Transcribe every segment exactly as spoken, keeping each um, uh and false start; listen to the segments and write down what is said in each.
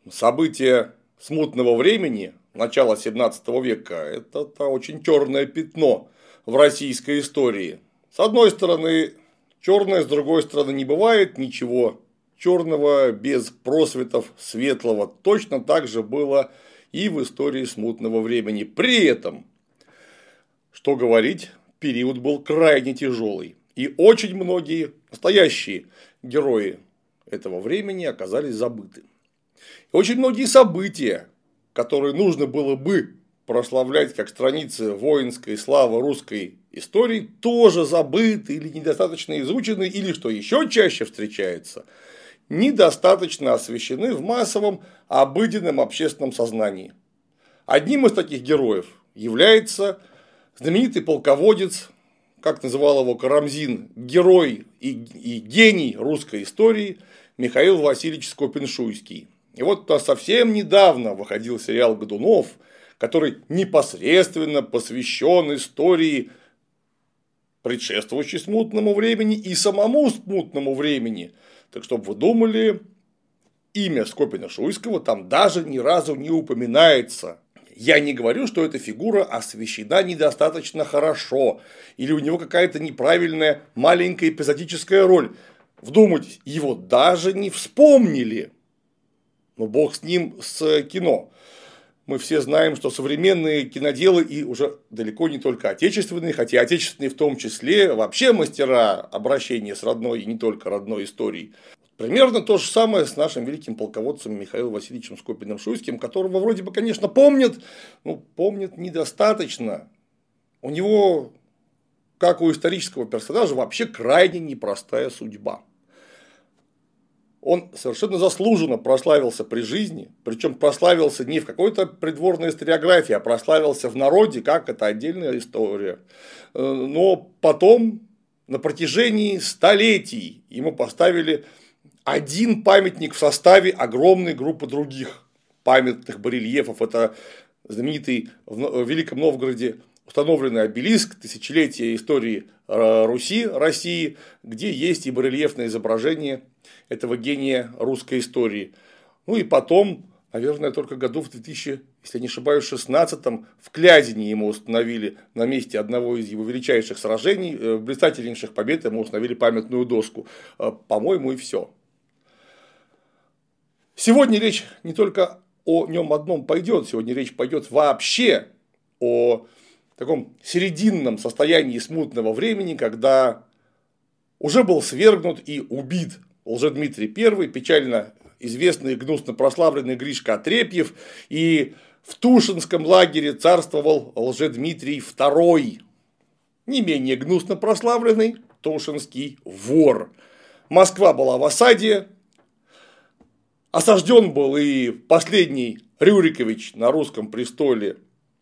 События смутного времени, начала семнадцатого века, это, это очень черное пятно в российской истории. С одной стороны, черное, с другой стороны, не бывает ничего черного без просветов светлого. Точно так же было и в истории смутного времени. При этом, что говорить, период был крайне тяжелый. И очень многие настоящие герои этого времени оказались забыты. И очень многие события, которые нужно было бы прославлять как страницы воинской славы русской истории, тоже забыты или недостаточно изучены, или, что еще чаще встречается, недостаточно освещены в массовом обыденном общественном сознании. Одним из таких героев является знаменитый полководец, как называл его Карамзин, герой и, и гений русской истории Михаил Васильевич Скопин-Шуйский. И вот совсем недавно выходил сериал «Годунов», который непосредственно посвящен истории предшествующей смутному времени и самому смутному времени. Так чтобы вы думали, имя Скопина-Шуйского там даже ни разу не упоминается. Я не говорю, что эта фигура освещена недостаточно хорошо, или у него какая-то неправильная маленькая эпизодическая роль. Вдумайтесь, его даже не вспомнили. Но бог с ним, с кино. Мы все знаем, что современные киноделы и уже далеко не только отечественные, хотя отечественные в том числе, вообще мастера обращения с родной и не только родной историей. Примерно то же самое с нашим великим полководцем Михаилом Васильевичем Скопиным-Шуйским, которого вроде бы, конечно, помнят, но помнят недостаточно. У него, как у исторического персонажа, вообще крайне непростая судьба. Он совершенно заслуженно прославился при жизни, причем прославился не в какой-то придворной историографии, а прославился в народе, как это отдельная история. Но потом, на протяжении столетий, ему поставили один памятник в составе огромной группы других памятных барельефов. Это знаменитый в Великом Новгороде установленный обелиск тысячелетия истории Руси, России, где есть и барельефное изображение этого гения русской истории. Ну и потом, наверное, только году в две тысячи, если не ошибаюсь, шестнадцатом в Клязине ему установили на месте одного из его величайших сражений, блистательнейших побед, ему установили памятную доску. По-моему, и все. Сегодня речь не только о нем одном пойдет, сегодня речь пойдет вообще о таком серединном состоянии смутного времени, когда уже был свергнут и убит Лжедмитрий Первый, печально известный и гнусно прославленный Гришка Отрепьев, и в Тушинском лагере царствовал Лжедмитрий Второй, не менее гнусно прославленный Тушинский вор. Москва была в осаде, осажден был и последний Рюрикович на русском престоле,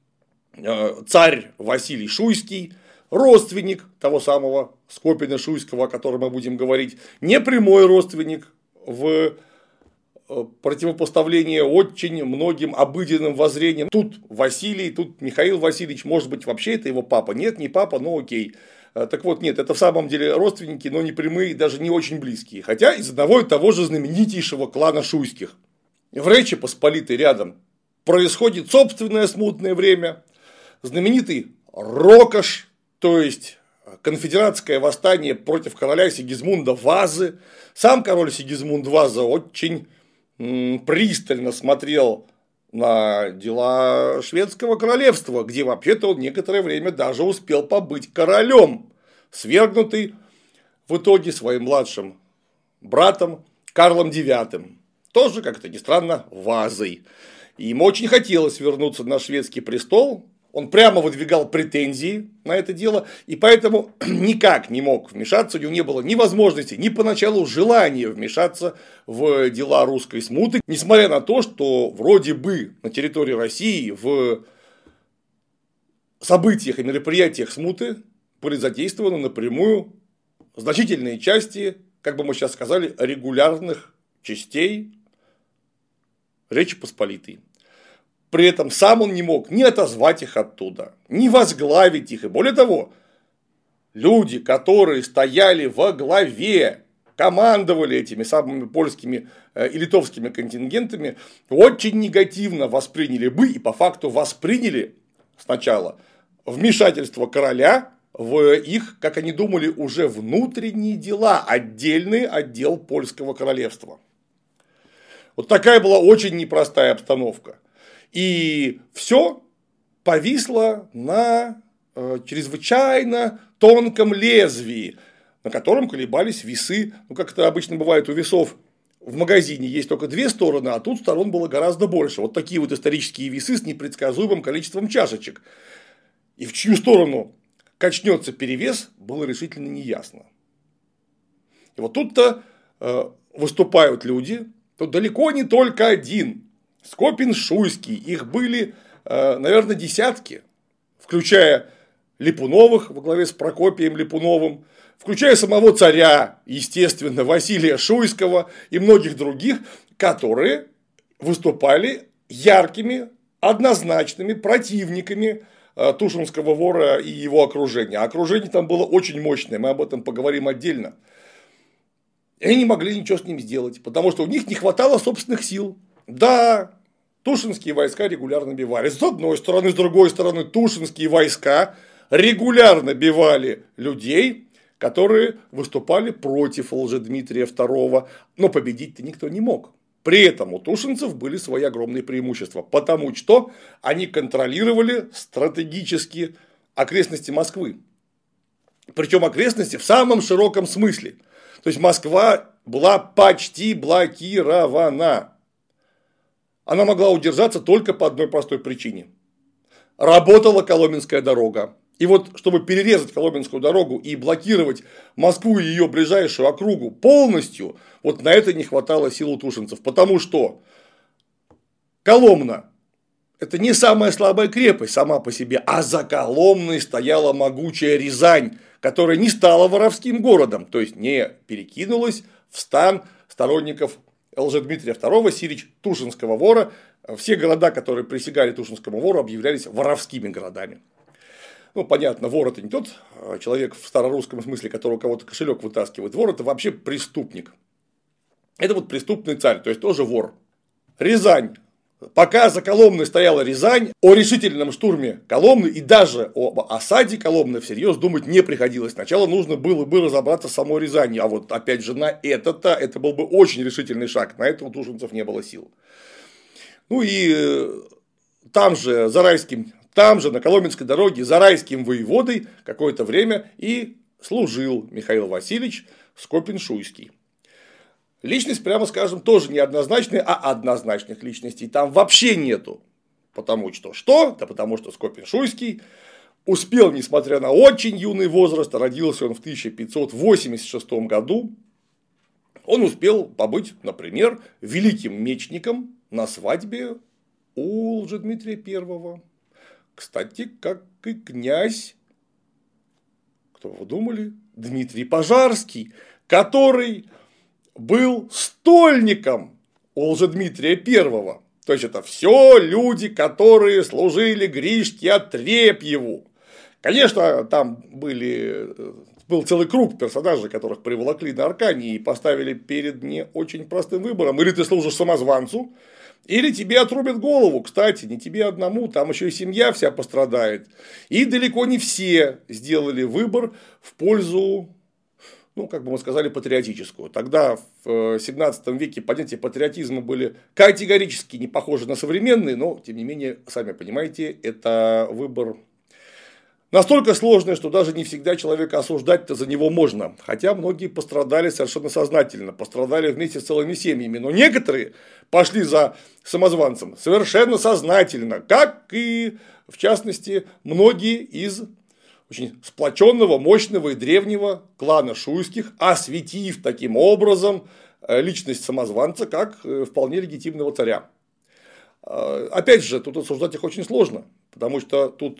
царь Василий Шуйский, родственник того самого Скопина-Шуйского, о котором мы будем говорить, не прямой родственник в противопоставлении очень многим обыденным воззрениям. Тут Василий, тут Михаил Васильевич, может быть, вообще это его папа. Нет, не папа, но окей. Так вот, нет, это в самом деле родственники, но не прямые, даже не очень близкие. Хотя из одного и того же знаменитейшего клана Шуйских. В Речи Посполитой рядом происходит собственное смутное время. Знаменитый Рокош, то есть конфедератское восстание против короля Сигизмунда Вазы. Сам король Сигизмунд Ваза очень пристально смотрел на дела шведского королевства, где вообще-то он некоторое время даже успел побыть королем, свергнутый в итоге своим младшим братом Карлом Девятым, тоже, как это ни странно, Вазой. И ему очень хотелось вернуться на шведский престол. Он прямо выдвигал претензии на это дело, и поэтому никак не мог вмешаться, у него не было ни возможности, ни поначалу желания вмешаться в дела русской смуты, несмотря на то, что вроде бы на территории России в событиях и мероприятиях смуты были задействованы напрямую значительные части, как бы мы сейчас сказали, регулярных частей Речи Посполитой. При этом сам он не мог ни отозвать их оттуда, ни возглавить их. И более того, люди, которые стояли во главе командовали этими самыми польскими и литовскими контингентами, очень негативно восприняли бы и по факту восприняли сначала вмешательство короля в их, как они думали, уже внутренние дела, отдельный отдел польского королевства. Вот такая была очень непростая обстановка. И все повисло на чрезвычайно тонком лезвии, на котором колебались весы. Ну, как это обычно бывает у весов в магазине, есть только две стороны, а тут сторон было гораздо больше. Вот такие вот исторические весы с непредсказуемым количеством чашечек. И в чью сторону качнется перевес, было решительно неясно. И вот тут-то э, выступают люди, тут далеко не только один, Скопин-Шуйский, их были, э, наверное, десятки, включая Липуновых во главе с Прокопием Липуновым, включая самого царя, естественно, Василия Шуйского и многих других, которые выступали яркими, однозначными противниками Тушинского вора и его окружения. А окружение там было очень мощное, мы об этом поговорим отдельно. И они не могли ничего с ним сделать, потому что у них не хватало собственных сил. Да, тушинские войска регулярно бивали. С одной стороны, с другой стороны, тушинские войска регулярно бивали людей, которые выступали против Лжедмитрия второго, но победить-то никто не мог. При этом у тушинцев были свои огромные преимущества, потому что они контролировали стратегически окрестности Москвы. Причем окрестности в самом широком смысле. То есть Москва была почти блокирована. Она могла удержаться только по одной простой причине. Работала Коломенская дорога. И вот, чтобы перерезать Коломенскую дорогу и блокировать Москву и ее ближайшую округу полностью, вот на это не хватало сил у тушинцев. Потому что Коломна – это не самая слабая крепость сама по себе, а за Коломной стояла могучая Рязань, которая не стала воровским городом, то есть не перекинулась в стан сторонников Лжедмитрия второго, сирич Тушинского вора. Все города, которые присягали Тушинскому вору, объявлялись воровскими городами. Ну, понятно, вор – это не тот человек в старорусском смысле, который у кого-то кошелек вытаскивает. Вор – это вообще преступник. Это вот преступный царь, то есть тоже вор. Рязань. Пока за Коломной стояла Рязань, о решительном штурме Коломны и даже об осаде Коломны всерьез думать не приходилось. Сначала нужно было бы разобраться с самой Рязанью, а вот опять же на это-то, это был бы очень решительный шаг, на это у тушинцев не было сил. Ну и там же, за Райским, там же на Коломенской дороге, за Райским воеводой какое-то время и служил Михаил Васильевич Скопин-Шуйский. Личность, прямо скажем, тоже не однозначная, а однозначных личностей там вообще нету. Потому что что? Да потому что Скопин-Шуйский успел, несмотря на очень юный возраст, родился он в тысяча пятьсот восемьдесят шестом году, он успел побыть, например, великим мечником на свадьбе у Лжедмитрия первого. Кстати, как и князь, кто вы думали, Дмитрий Пожарский, который был стольником у Лжедмитрия первого. То есть это все люди, которые служили Гришке Отрепьеву. Конечно, там были, был целый круг персонажей, которых приволокли на Аркане и поставили перед не очень простым выбором. Или ты служишь самозванцу, или тебе отрубят голову. Кстати, не тебе одному, там еще и семья вся пострадает. И далеко не все сделали выбор в пользу, ну, как бы мы сказали, патриотическую. Тогда в семнадцатом веке понятия патриотизма были категорически не похожи на современные, но, тем не менее, сами понимаете, это выбор настолько сложный, что даже не всегда человека осуждать-то за него можно. Хотя многие пострадали совершенно сознательно, пострадали вместе с целыми семьями. Но некоторые пошли за самозванцем совершенно сознательно, как и, в частности, многие из очень сплоченного, мощного и древнего клана Шуйских, осветив таким образом личность самозванца как вполне легитимного царя. Опять же, тут осуждать их очень сложно, потому что тут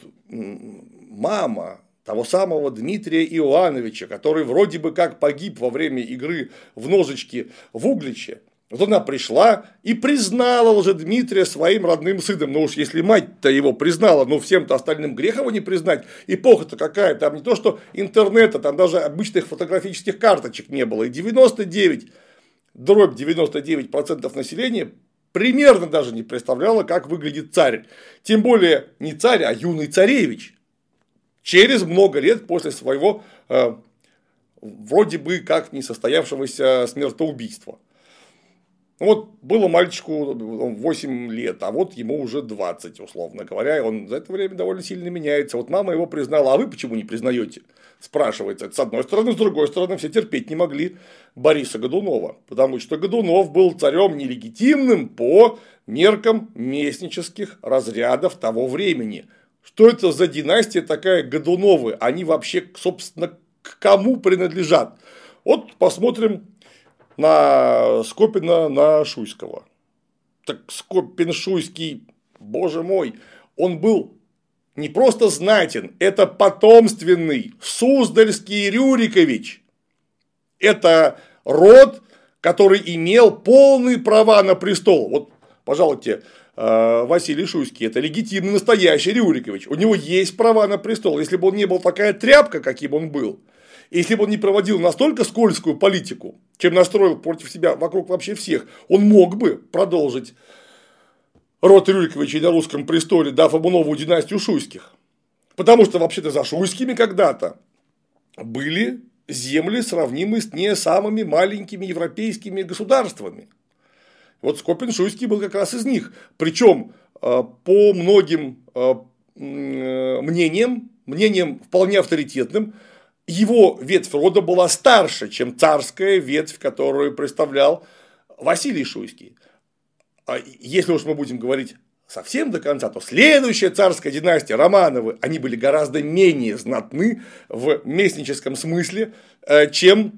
мама того самого Дмитрия Иоановича, который вроде бы как погиб во время игры в ножички в Угличе, Вот она пришла и признала Лжедмитрия своим родным сыном. Ну уж если мать-то его признала, ну всем-то остальным грех его не признать. Эпоха-то какая, там не то что интернета, там даже обычных фотографических карточек не было. И девяносто девять, дробь девяносто девять процентов населения примерно даже не представляла, как выглядит царь. Тем более не царь, а юный царевич. Через много лет после своего э, вроде бы как несостоявшегося смертоубийства. Вот было мальчику восемь лет, а вот ему уже двадцать, условно говоря, и он за это время довольно сильно меняется. Вот мама его признала, а вы почему не признаете? Спрашивается. Это с одной стороны, с другой стороны, все терпеть не могли Бориса Годунова, потому что Годунов был царем нелегитимным по меркам местнических разрядов того времени. Что это за династия такая Годуновы? Они вообще, собственно, к кому принадлежат? Вот посмотрим на Скопина, на Шуйского. Так Скопин-Шуйский, боже мой, он был не просто знатен, это потомственный Суздальский Рюрикович. Это род, который имел полные права на престол. Вот, пожалуйте, Василий Шуйский, это легитимный настоящий Рюрикович. У него есть права на престол. Если бы он не был такая тряпка, каким он был, если бы он не проводил настолько скользкую политику, чем настроил против себя вокруг вообще всех, он мог бы продолжить род Рюриковичей на русском престоле, дав ему новую династию Шуйских. Потому что вообще-то за Шуйскими когда-то были земли, сравнимые с не самыми маленькими европейскими государствами. Вот Скопин-Шуйский был как раз из них. Причем по многим мнениям, мнениям вполне авторитетным, его ветвь рода была старше, чем царская ветвь, которую представлял Василий Шуйский. Если уж мы будем говорить совсем до конца, то следующая царская династия Романовы, они были гораздо менее знатны в местническом смысле, чем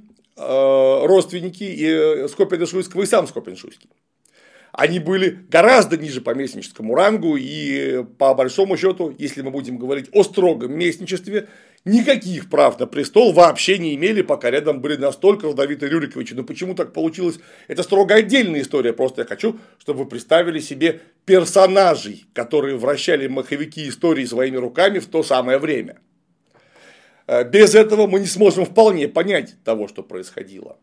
родственники Скопина-Шуйского и сам Скопин-Шуйский. Они были гораздо ниже по местническому рангу, и по большому счету, если мы будем говорить о строгом местничестве, никаких прав на престол вообще не имели, пока рядом были настолько родовитые Рюриковичи. Но почему так получилось? Это строго отдельная история. Просто я хочу, чтобы вы представили себе персонажей, которые вращали маховики истории своими руками в то самое время. Без этого мы не сможем вполне понять того, что происходило.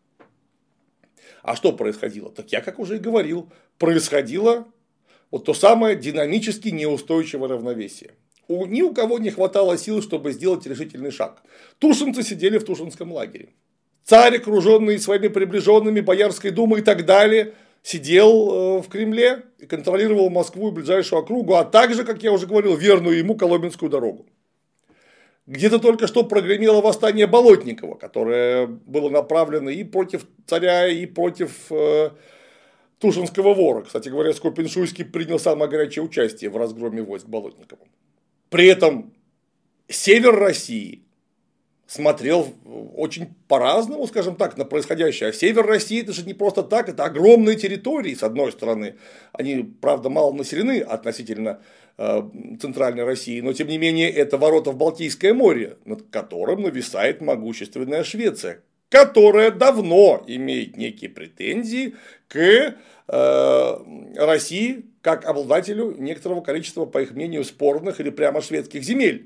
А что происходило? Так я, как уже и говорил, происходило вот то самое динамически неустойчивое равновесие. У, ни у кого не хватало сил, чтобы сделать решительный шаг. Тушинцы сидели в Тушинском лагере. Царь, окруженный своими приближенными, Боярской думой и так далее, сидел в Кремле и контролировал Москву и ближайшую округу, а также, как я уже говорил, верную ему Коломенскую дорогу. Где-то только что прогремело восстание Болотникова, которое было направлено и против царя, и против э, Тушинского вора. Кстати говоря, Скопин-Шуйский принял самое горячее участие в разгроме войск Болотникова. При этом север России смотрел очень по-разному, скажем так, на происходящее. А север России – это же не просто так, это огромные территории, с одной стороны. Они, правда, мало населены относительно э, центральной России, но, тем не менее, это ворота в Балтийское море, над которым нависает могущественная Швеция, которая давно имеет некие претензии к э, России как обладателю некоторого количества, по их мнению, спорных или прямо шведских земель,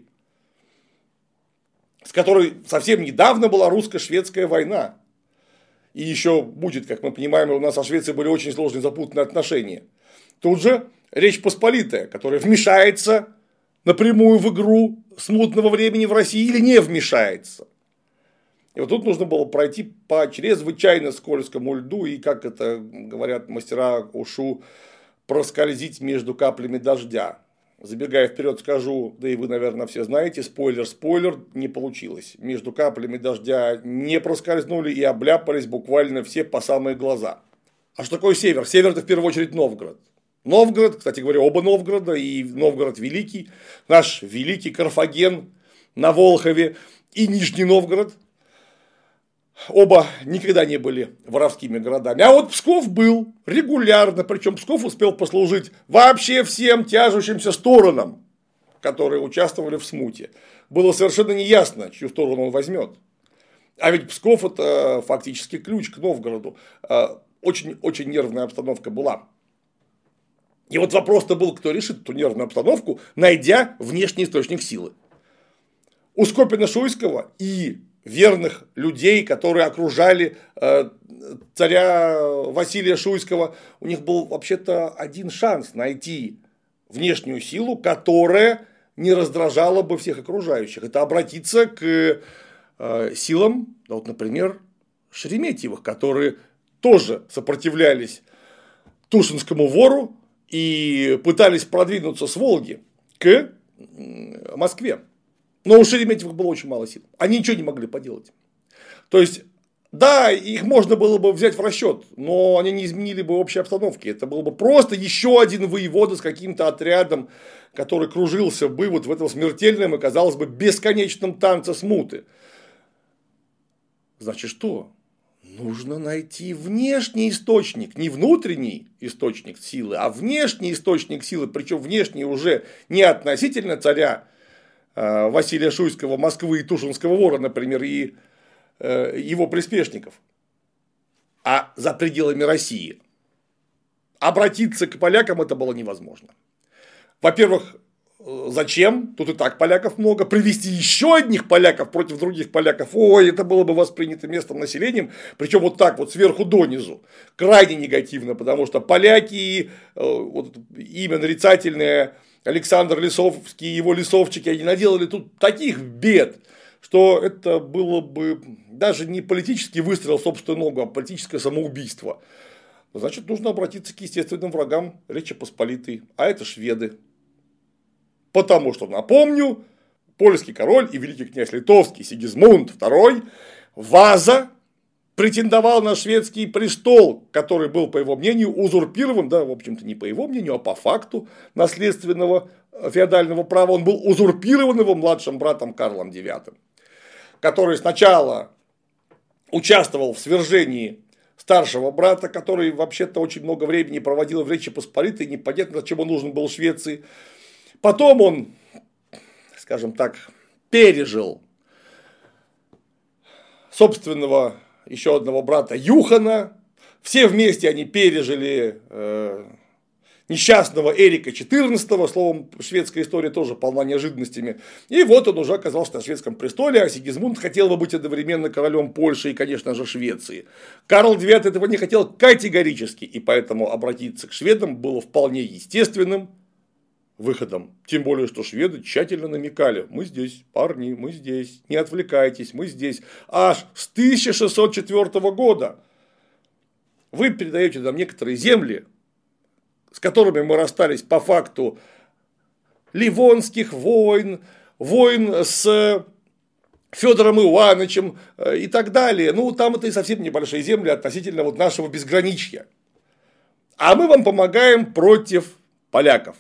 с которой совсем недавно была русско-шведская война. И еще будет, как мы понимаем, у нас со Швецией были очень сложные запутанные отношения. Тут же Речь Посполитая, которая вмешается напрямую в игру смутного времени в России или не вмешается. И вот тут нужно было пройти по чрезвычайно скользкому льду и, как это говорят мастера ушу, проскользить между каплями дождя. Забегая вперед, скажу, да и вы, наверное, все знаете, спойлер-спойлер, не получилось. Между каплями дождя не проскользнули и обляпались буквально все по самые глаза. А что такое север? Север – это в первую очередь Новгород. Новгород, кстати говоря, оба Новгорода, и Новгород Великий, наш великий Карфаген на Волхове и Нижний Новгород. Оба никогда не были воровскими городами. А вот Псков был регулярно, причем Псков успел послужить вообще всем тяжущимся сторонам, которые участвовали в смуте. Было совершенно неясно, чью сторону он возьмет. А ведь Псков – это фактически ключ к Новгороду. очень-очень нервная обстановка была. И вот вопрос-то был, кто решит эту нервную обстановку, найдя внешний источник силы. У Скопина-Шуйского и верных людей, которые окружали э, царя Василия Шуйского, у них был вообще-то один шанс найти внешнюю силу, которая не раздражала бы всех окружающих. Это обратиться к э, силам, вот, например, Шереметьевых, которые тоже сопротивлялись Тушинскому вору и пытались продвинуться с Волги к Москве. Но у Шереметьевых было очень мало сил. Они ничего не могли поделать. То есть, да, их можно было бы взять в расчет, но они не изменили бы общей обстановки. Это был бы просто еще один воевода с каким-то отрядом, который кружился бы вот в этом смертельном и, казалось бы, бесконечном танце смуты. Значит, что? Нужно найти внешний источник, не внутренний источник силы, а внешний источник силы, причем внешний уже не относительно царя Василия Шуйского, Москвы и Тушинского вора, например, и его приспешников, а за пределами России. Обратиться к полякам это было невозможно. Во-первых, зачем? Тут и так поляков много. Привести еще одних поляков против других поляков. Ой, это было бы воспринято местным населением. Причем вот так вот сверху донизу. Крайне негативно, потому что поляки, вот, имя нарицательное Александр Лисовский и его лисовчики, они наделали тут таких бед, что это было бы даже не политический выстрел в собственную ногу, а политическое самоубийство. Значит, нужно обратиться к естественным врагам Речи Посполитой, а это шведы. Потому что, напомню, польский король и великий князь литовский Сигизмунд второй Ваза претендовал на шведский престол, который был, по его мнению, узурпирован, да, в общем-то, не по его мнению, а по факту наследственного феодального права. Он был узурпирован его младшим братом Карлом девятым, который сначала участвовал в свержении старшего брата, который вообще-то очень много времени проводил в Речи Посполитой, непонятно, зачем он нужен был Швеции. Потом он, скажем так, пережил собственного еще одного брата Юхана. Все вместе они пережили э, несчастного Эрика четырнадцатого. Словом, шведская история тоже полна неожиданностями. И вот он уже оказался на шведском престоле, а Сигизмунд хотел бы быть одновременно королем Польши и, конечно же, Швеции. Карл девятый этого не хотел категорически, и поэтому обратиться к шведам было вполне естественным выходом. Тем более, что шведы тщательно намекали: мы здесь, парни, мы здесь, не отвлекайтесь, мы здесь. Аж с тысяча шестьсот четвёртого года вы передаете нам некоторые земли, с которыми мы расстались по факту Ливонских войн, войн с Федором Ивановичем и так далее. Ну, там это и совсем небольшие земли относительно вот нашего безграничья. А мы вам помогаем против поляков.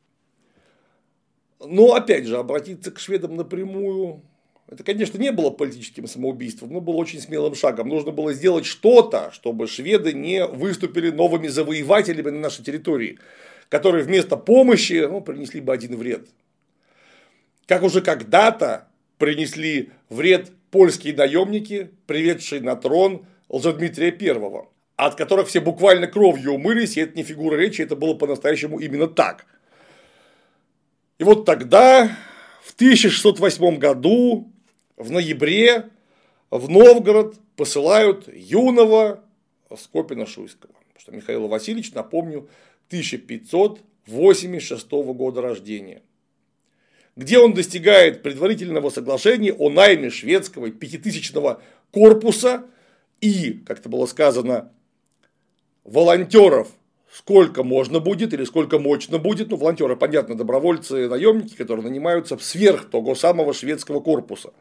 Но, опять же, обратиться к шведам напрямую, это, конечно, не было политическим самоубийством, но было очень смелым шагом. Нужно было сделать что-то, чтобы шведы не выступили новыми завоевателями на нашей территории, которые вместо помощи, ну, принесли бы один вред. Как уже когда-то принесли вред польские наемники, приведшие на трон Лжедмитрия Первого, от которых все буквально кровью умылись, и это не фигура речи, это было по-настоящему именно так. И вот тогда, в тысяча шестьсот восьмом году, в ноябре, в Новгород посылают юного Скопина-Шуйского. Потому что Михаил Васильевич, напомню, тысяча пятьсот восемьдесят шестого года рождения, где он достигает предварительного соглашения о найме шведского пятитысячного корпуса и, как это было сказано, волонтеров. Сколько можно будет или сколько мощно будет, ну, волонтеры, понятно, добровольцы, наемники, которые нанимаются сверх того самого шведского корпуса.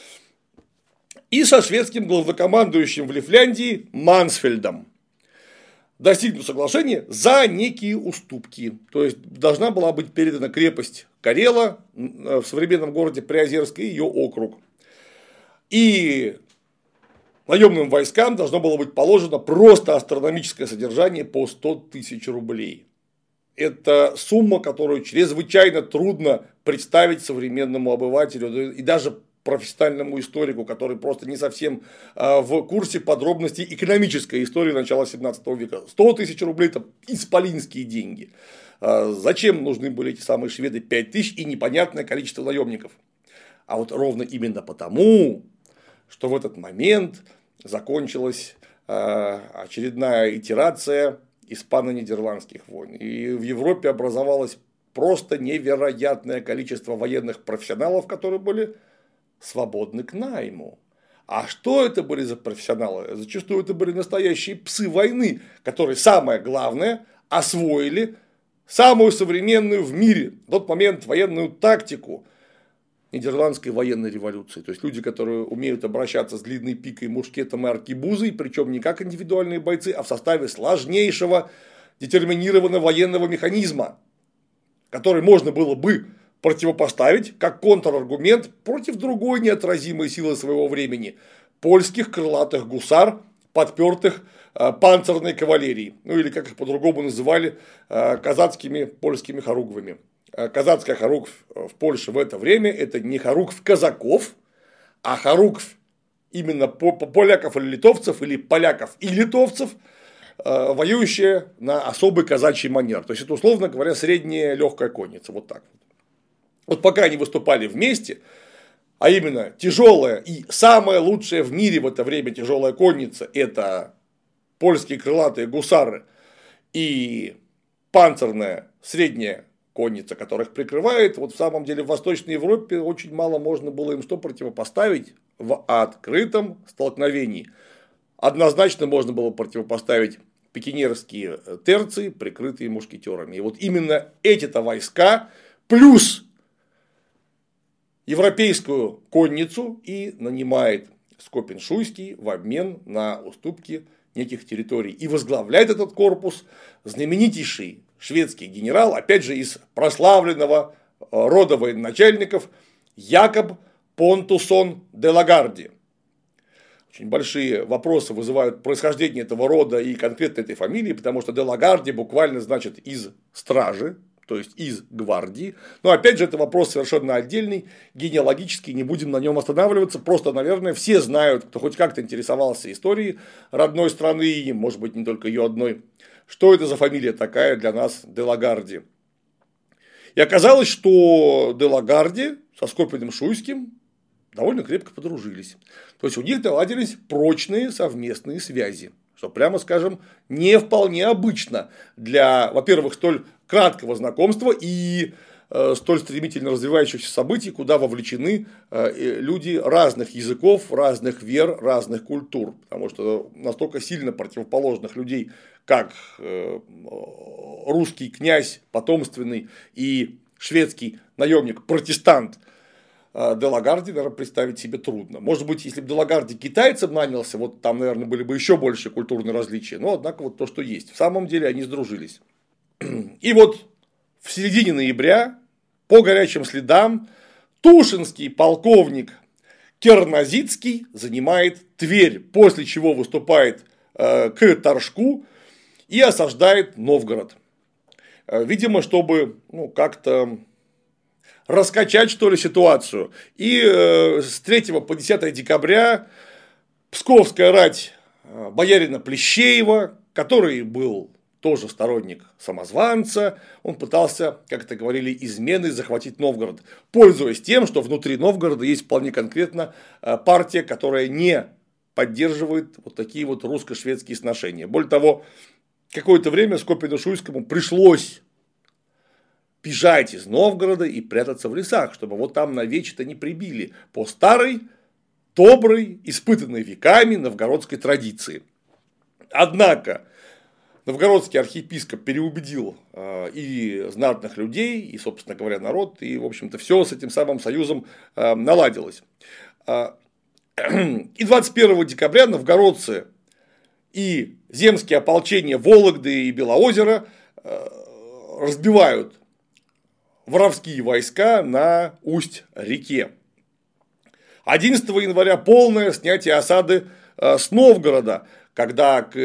И со шведским главнокомандующим в Лифляндии Мансфельдом достигнут соглашения за некие уступки. То есть должна была быть передана крепость Карела в современном городе Приозерск и ее округ. И наемным войскам должно было быть положено просто астрономическое содержание по сто тысяч рублей. Это сумма, которую чрезвычайно трудно представить современному обывателю и даже профессиональному историку, который просто не совсем в курсе подробностей экономической истории начала семнадцатого века. сто тысяч рублей – это исполинские деньги. Зачем нужны были эти самые шведы пять тысяч и непонятное количество наемников? А вот ровно именно потому, что в этот момент закончилась очередная итерация испано-нидерландских войн. И в Европе образовалось просто невероятное количество военных профессионалов, которые были свободны к найму. А что это были за профессионалы? Зачастую это были настоящие псы войны, которые, самое главное, освоили самую современную в мире в тот момент военную тактику нидерландской военной революции. То есть люди, которые умеют обращаться с длинной пикой, мушкетом и аркебузой, причем не как индивидуальные бойцы, а в составе сложнейшего детерминированного военного механизма, который можно было бы противопоставить как контраргумент против другой неотразимой силы своего времени – польских крылатых гусар, подпертых панцирной кавалерией, ну или как их по-другому называли, казацкими польскими хоругвами. Казацкая хоругвь в Польше в это время – это не хоругвь казаков, а хоругвь именно поляков или литовцев, или поляков и литовцев, воюющая на особый казачий манер. То есть это, условно говоря, средняя легкая конница. Вот так вот. Вот пока они выступали вместе, а именно тяжелая и самая лучшая в мире в это время тяжелая конница – это польские крылатые гусары и панцирная средняя конница, которых прикрывает, вот в самом деле в Восточной Европе очень мало можно было им что противопоставить в открытом столкновении. Однозначно можно было противопоставить пикинерские терции, прикрытые мушкетерами. И вот именно эти-то войска плюс европейскую конницу и нанимает Скопин-Шуйский в обмен на уступки неких территорий. И возглавляет этот корпус знаменитейший шведский генерал, опять же, из прославленного рода военачальников Якоб Понтусон де Лагарди. Очень большие вопросы вызывают происхождение этого рода и конкретно этой фамилии, потому что де Лагарди буквально значит из стражи, то есть из гвардии. Но опять же, это вопрос совершенно отдельный, генеалогический, не будем на нем останавливаться. Просто, наверное, все знают, кто хоть как-то интересовался историей родной страны, и, может быть, не только ее одной, что это за фамилия такая для нас де Лагарди. И оказалось, что де Лагарди со Скопиным-Шуйским довольно крепко подружились. То есть у них наладились прочные совместные связи, что, прямо скажем, не вполне обычно для, во-первых, столь краткого знакомства и э, столь стремительно развивающихся событий, куда вовлечены э, люди разных языков, разных вер, разных культур. Потому что настолько сильно противоположных людей, как э, русский князь потомственный и шведский наемник-протестант, де Лагарди, наверное, представить себе трудно. Может быть, если бы де Лагарди китайцем нанялся, вот там, наверное, были бы еще больше культурные различия. Но, однако, вот то, что есть. В самом деле, они сдружились. И вот в середине ноября, по горячим следам, тушинский полковник Кернозицкий занимает Тверь, после чего выступает к Торжку и осаждает Новгород. Видимо, чтобы ну, как-то раскачать, что ли, ситуацию. И с третьего по десятое декабря псковская рать боярина Плещеева, который был тоже сторонник самозванца, он пытался, как это говорили, изменой захватить Новгород, пользуясь тем, что внутри Новгорода есть вполне конкретно партия, которая не поддерживает вот такие вот русско-шведские сношения. Более того, какое-то время Скопину-Шуйскому пришлось бежать из Новгорода и прятаться в лесах, чтобы вот там навечно не прибили по старой, доброй, испытанной веками новгородской традиции. Однако новгородский архиепископ переубедил и знатных людей, и, собственно говоря, народ, и, в общем-то, все с этим самым союзом наладилось. И двадцать первого декабря новгородцы и земские ополчения Вологды и Белоозера разбивают воровские войска на Усть-реке. одиннадцатого января полное снятие осады с Новгорода, когда к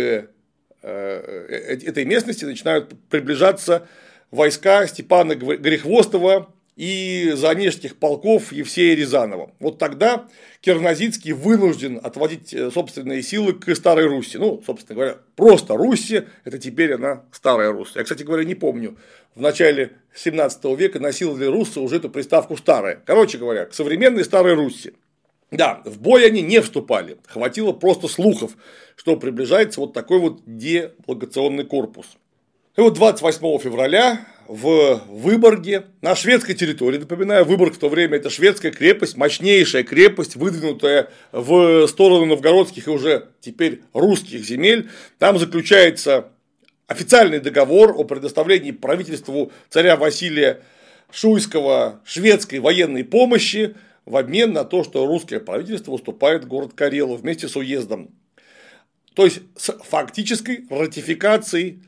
этой местности начинают приближаться войска Степана Горехвостова и за онежских полков Евсея Рязанова. Вот тогда Кирнозицкий вынужден отводить собственные силы к Старой Руси. Ну, собственно говоря, просто Руси, это теперь она Старая Русь. Я, кстати говоря, не помню, в начале семнадцатого века носила ли руссы уже эту приставку «старая». Короче говоря, к современной Старой Руси. Да, в бой они не вступали, хватило просто слухов, что приближается вот такой вот деблагационный корпус. И вот двадцать восьмого февраля в Выборге, на шведской территории, напоминаю, Выборг в то время это шведская крепость, мощнейшая крепость, выдвинутая в сторону новгородских и уже теперь русских земель, там заключается официальный договор о предоставлении правительству царя Василия Шуйского шведской военной помощи в обмен на то, что русское правительство уступает город Карелу вместе с уездом. То есть с фактической ратификацией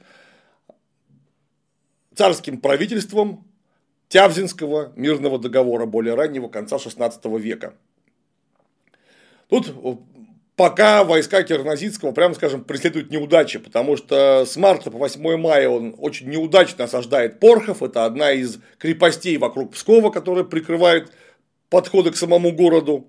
царским правительством Тявзинского мирного договора более раннего конца шестнадцатого века. Тут пока войска Кирнозицкого, прямо скажем, преследуют неудачи, потому что с марта по восьмое мая он очень неудачно осаждает Порхов, это одна из крепостей вокруг Пскова, которая прикрывает подходы к самому городу.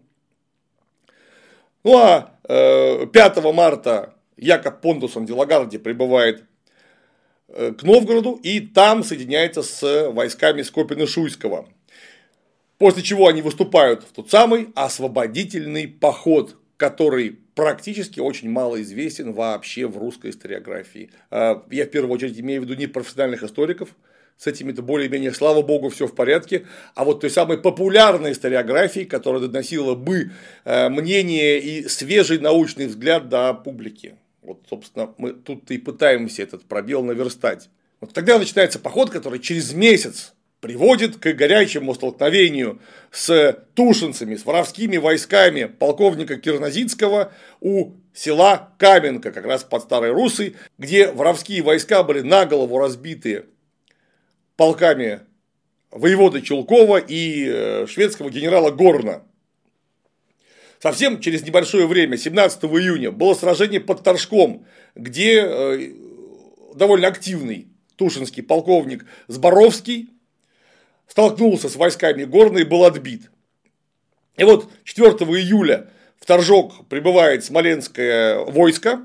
Ну а пятого марта Якоб Понтусон де Лагарди прибывает к Новгороду и там соединяется с войсками Скопина-Шуйского. После чего они выступают в тот самый освободительный поход, который практически очень мало известен вообще в русской историографии. Я в первую очередь имею в виду не профессиональных историков, с этими-то более-менее, слава богу, все в порядке, а вот той самой популярной историографии, которая доносила бы мнение и свежий научный взгляд до публики. Вот, собственно, мы тут и пытаемся этот пробел наверстать. Вот тогда начинается поход, который через месяц приводит к горячему столкновению с тушинцами, с воровскими войсками полковника Кирнозицкого у села Каменка, как раз под Старой Руссой, где воровские войска были наголову разбиты полками воеводы Чулкова и шведского генерала Горна. Совсем через небольшое время, семнадцатого июня, было сражение под Торжком, где довольно активный тушинский полковник Зборовский столкнулся с войсками Горна и был отбит. И вот четвёртого июля в Торжок прибывает смоленское войско,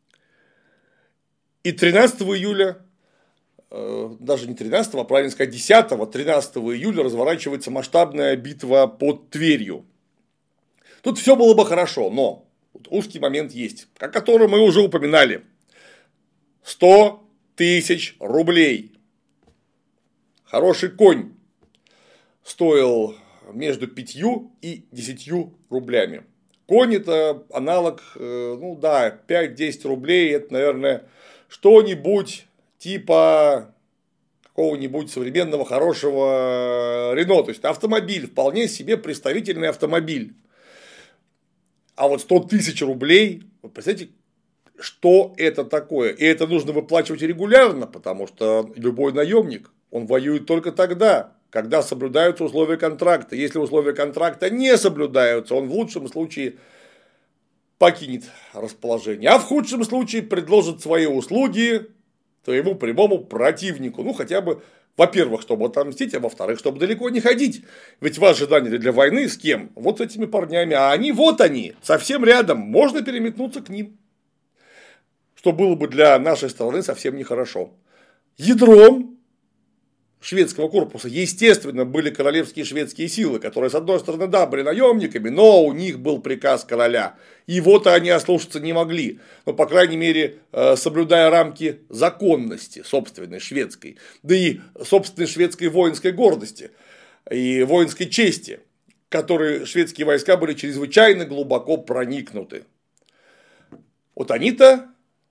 и тринадцатого июля, даже не тринадцатого, а правильно сказать десятого, тринадцатого июля разворачивается масштабная битва под Тверью. Тут все было бы хорошо, но узкий момент есть, о котором мы уже упоминали. сто тысяч рублей. Хороший конь стоил между пятью и десятью рублями. Конь это аналог, ну да, пять-десять рублей, это, наверное, что-нибудь типа какого-нибудь современного хорошего Рено. То есть автомобиль, вполне себе представительный автомобиль. А вот сто тысяч рублей, вы представляете, что это такое? И это нужно выплачивать регулярно, потому что любой наемник, он воюет только тогда, когда соблюдаются условия контракта. Если условия контракта не соблюдаются, он в лучшем случае покинет расположение, а в худшем случае предложит свои услуги твоему прямому противнику. Ну, хотя бы, во-первых, чтобы отомстить, а во-вторых, чтобы далеко не ходить. Ведь вас же наняли для войны с кем? Вот с этими парнями. А они, вот они, совсем рядом. Можно переметнуться к ним. Что было бы для нашей страны совсем нехорошо. Ядром шведского корпуса, естественно, были королевские шведские силы, которые, с одной стороны, да, были наемниками, но у них был приказ короля. И вот они ослушаться не могли. Но, по крайней мере, соблюдая рамки законности собственной шведской, да и собственной шведской воинской гордости и воинской чести, которой шведские войска были чрезвычайно глубоко проникнуты. Вот они-то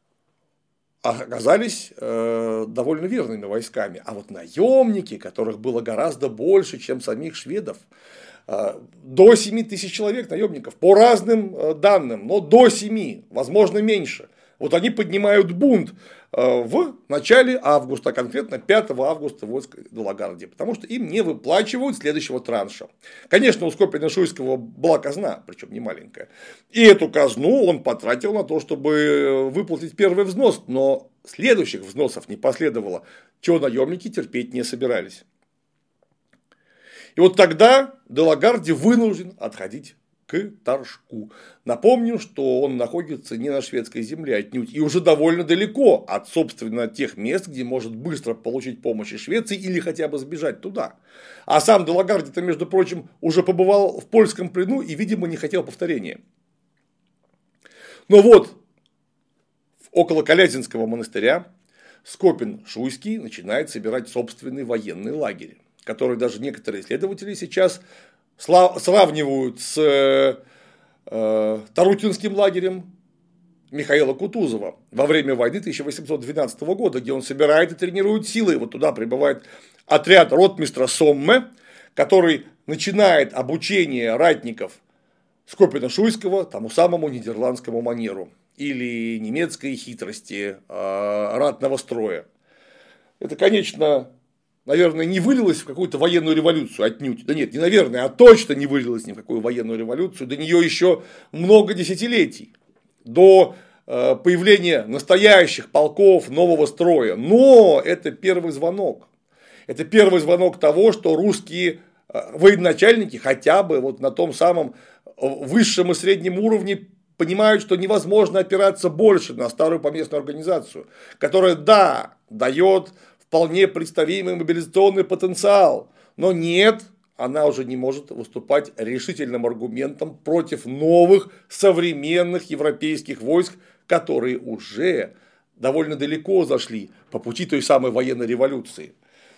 оказались э, довольно верными войсками. А вот наемники, которых было гораздо больше, чем самих шведов, э, до семи тысяч человек наемников, по разным э, данным, но до семи, возможно меньше. Вот они поднимают бунт э, в начале августа, конкретно пятого августа войск де Лагарди, потому что им не выплачивают следующего транша. Конечно, у Скопина-Шуйского была казна, причем не маленькая, и эту казну он потратил на то, чтобы выплатить первый взнос, но следующих взносов не последовало, чего наемники терпеть не собирались. И вот тогда де Лагарди вынужден отходить к Торжку. Напомню, что он находится не на шведской земле отнюдь, и уже довольно далеко от, собственно, тех мест, где может быстро получить помощь из Швеции или хотя бы сбежать туда. А сам де Лагарди-то, между прочим, уже побывал в польском плену и, видимо, не хотел повторения. Но вот около Калязинского монастыря Скопин-Шуйский начинает собирать собственный военный лагерь, который даже некоторые исследователи сейчас сравнивают с э, Тарутинским лагерем Михаила Кутузова во время войны тысяча восемьсот двенадцатого года, где он собирает и тренирует силы. И вот туда прибывает отряд ротмистра Сомме, который начинает обучение ратников Скопина-Шуйского тому самому нидерландскому манеру или немецкой хитрости э, ратного строя. Это, конечно, наверное, не вылилось в какую-то военную революцию отнюдь. Да нет, не наверное, а точно не вылилось ни в какую военную революцию. До нее еще много десятилетий. До э, появления настоящих полков нового строя. Но это первый звонок. Это первый звонок того, что русские военачальники хотя бы вот на том самом высшем и среднем уровне понимают, что невозможно опираться больше на старую поместную организацию, которая, да, дает вполне представимый мобилизационный потенциал, но нет, она уже не может выступать решительным аргументом против новых современных европейских войск, которые уже довольно далеко зашли по пути той самой военной революции.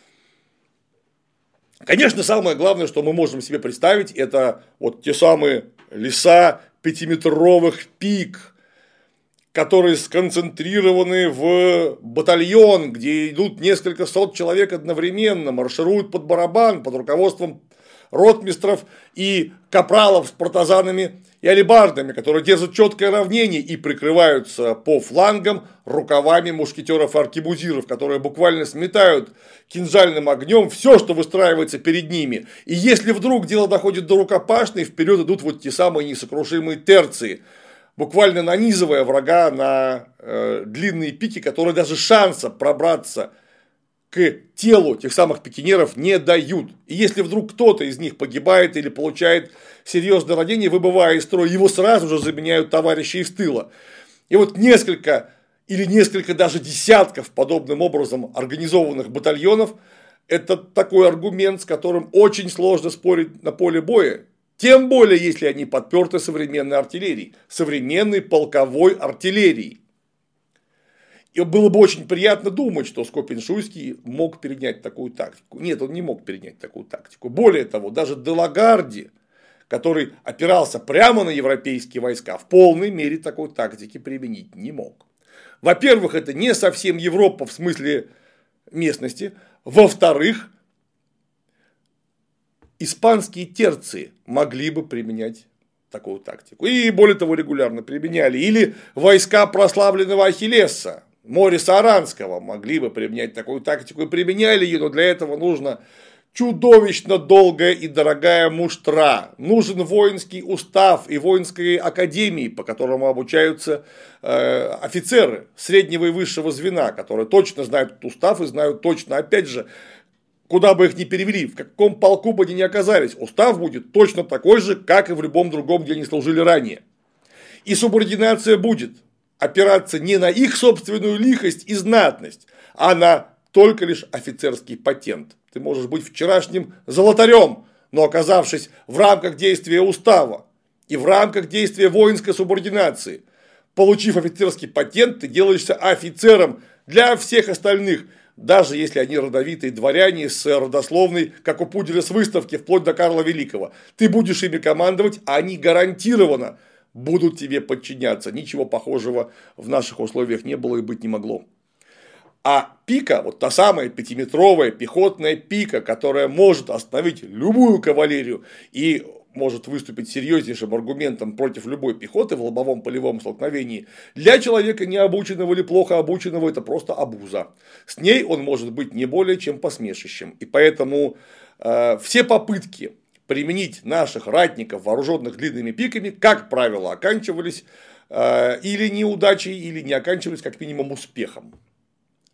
Конечно, самое главное, что мы можем себе представить, это вот те самые леса пятиметровых пик, которые сконцентрированы в батальон, где идут несколько сот человек одновременно, маршируют под барабан под руководством ротмистров и капралов с партизанами и алебардами, которые держат четкое равнение и прикрываются по флангам рукавами мушкетеров и аркебузиров, которые буквально сметают кинжальным огнем все, что выстраивается перед ними. И если вдруг дело доходит до рукопашной, вперед идут вот те самые несокрушимые терции, буквально нанизывая врага на э, длинные пики, которые даже шанса пробраться к телу тех самых пикинеров не дают. И если вдруг кто-то из них погибает или получает серьезное ранение, выбывая из строя, его сразу же заменяют товарищи из тыла. И вот несколько или несколько даже десятков подобным образом организованных батальонов – это такой аргумент, с которым очень сложно спорить на поле боя. Тем более, если они подперты современной артиллерией, современной полковой артиллерией. И было бы очень приятно думать, что Скопин-Шуйский мог перенять такую тактику. Нет, он не мог перенять такую тактику. Более того, даже де Лагарди, который опирался прямо на европейские войска, в полной мере такой тактики применить не мог. Во-первых, это не совсем Европа в смысле местности. Во-вторых, испанские терции могли бы применять такую тактику. И более того, регулярно применяли. Или войска прославленного Ахиллеса, Мориса Аранского, могли бы применять такую тактику и применяли ее, но для этого нужно чудовищно долгая и дорогая муштра. Нужен воинский устав и воинские академии, по которому обучаются э, офицеры среднего и высшего звена, которые точно знают этот устав и знают точно, опять же, куда бы их ни перевели, в каком полку бы они ни оказались, устав будет точно такой же, как и в любом другом, где они служили ранее. И субординация будет опираться не на их собственную лихость и знатность, а на только лишь офицерский патент. Ты можешь быть вчерашним золотарем, но оказавшись в рамках действия устава и в рамках действия воинской субординации, получив офицерский патент, ты делаешься офицером для всех остальных, даже если они родовитые дворяне с родословной, как у Пуделя с выставки, вплоть до Карла Великого. Ты будешь ими командовать, а они гарантированно будут тебе подчиняться. Ничего похожего в наших условиях не было и быть не могло. А пика, вот та самая пятиметровая пехотная пика, которая может остановить любую кавалерию и может выступить серьезнейшим аргументом против любой пехоты в лобовом полевом столкновении, для человека необученного или плохо обученного это просто обуза. С ней он может быть не более чем посмешищем. И поэтому э, все попытки применить наших ратников, вооруженных длинными пиками, как правило, оканчивались э, или неудачей, или не оканчивались как минимум успехом.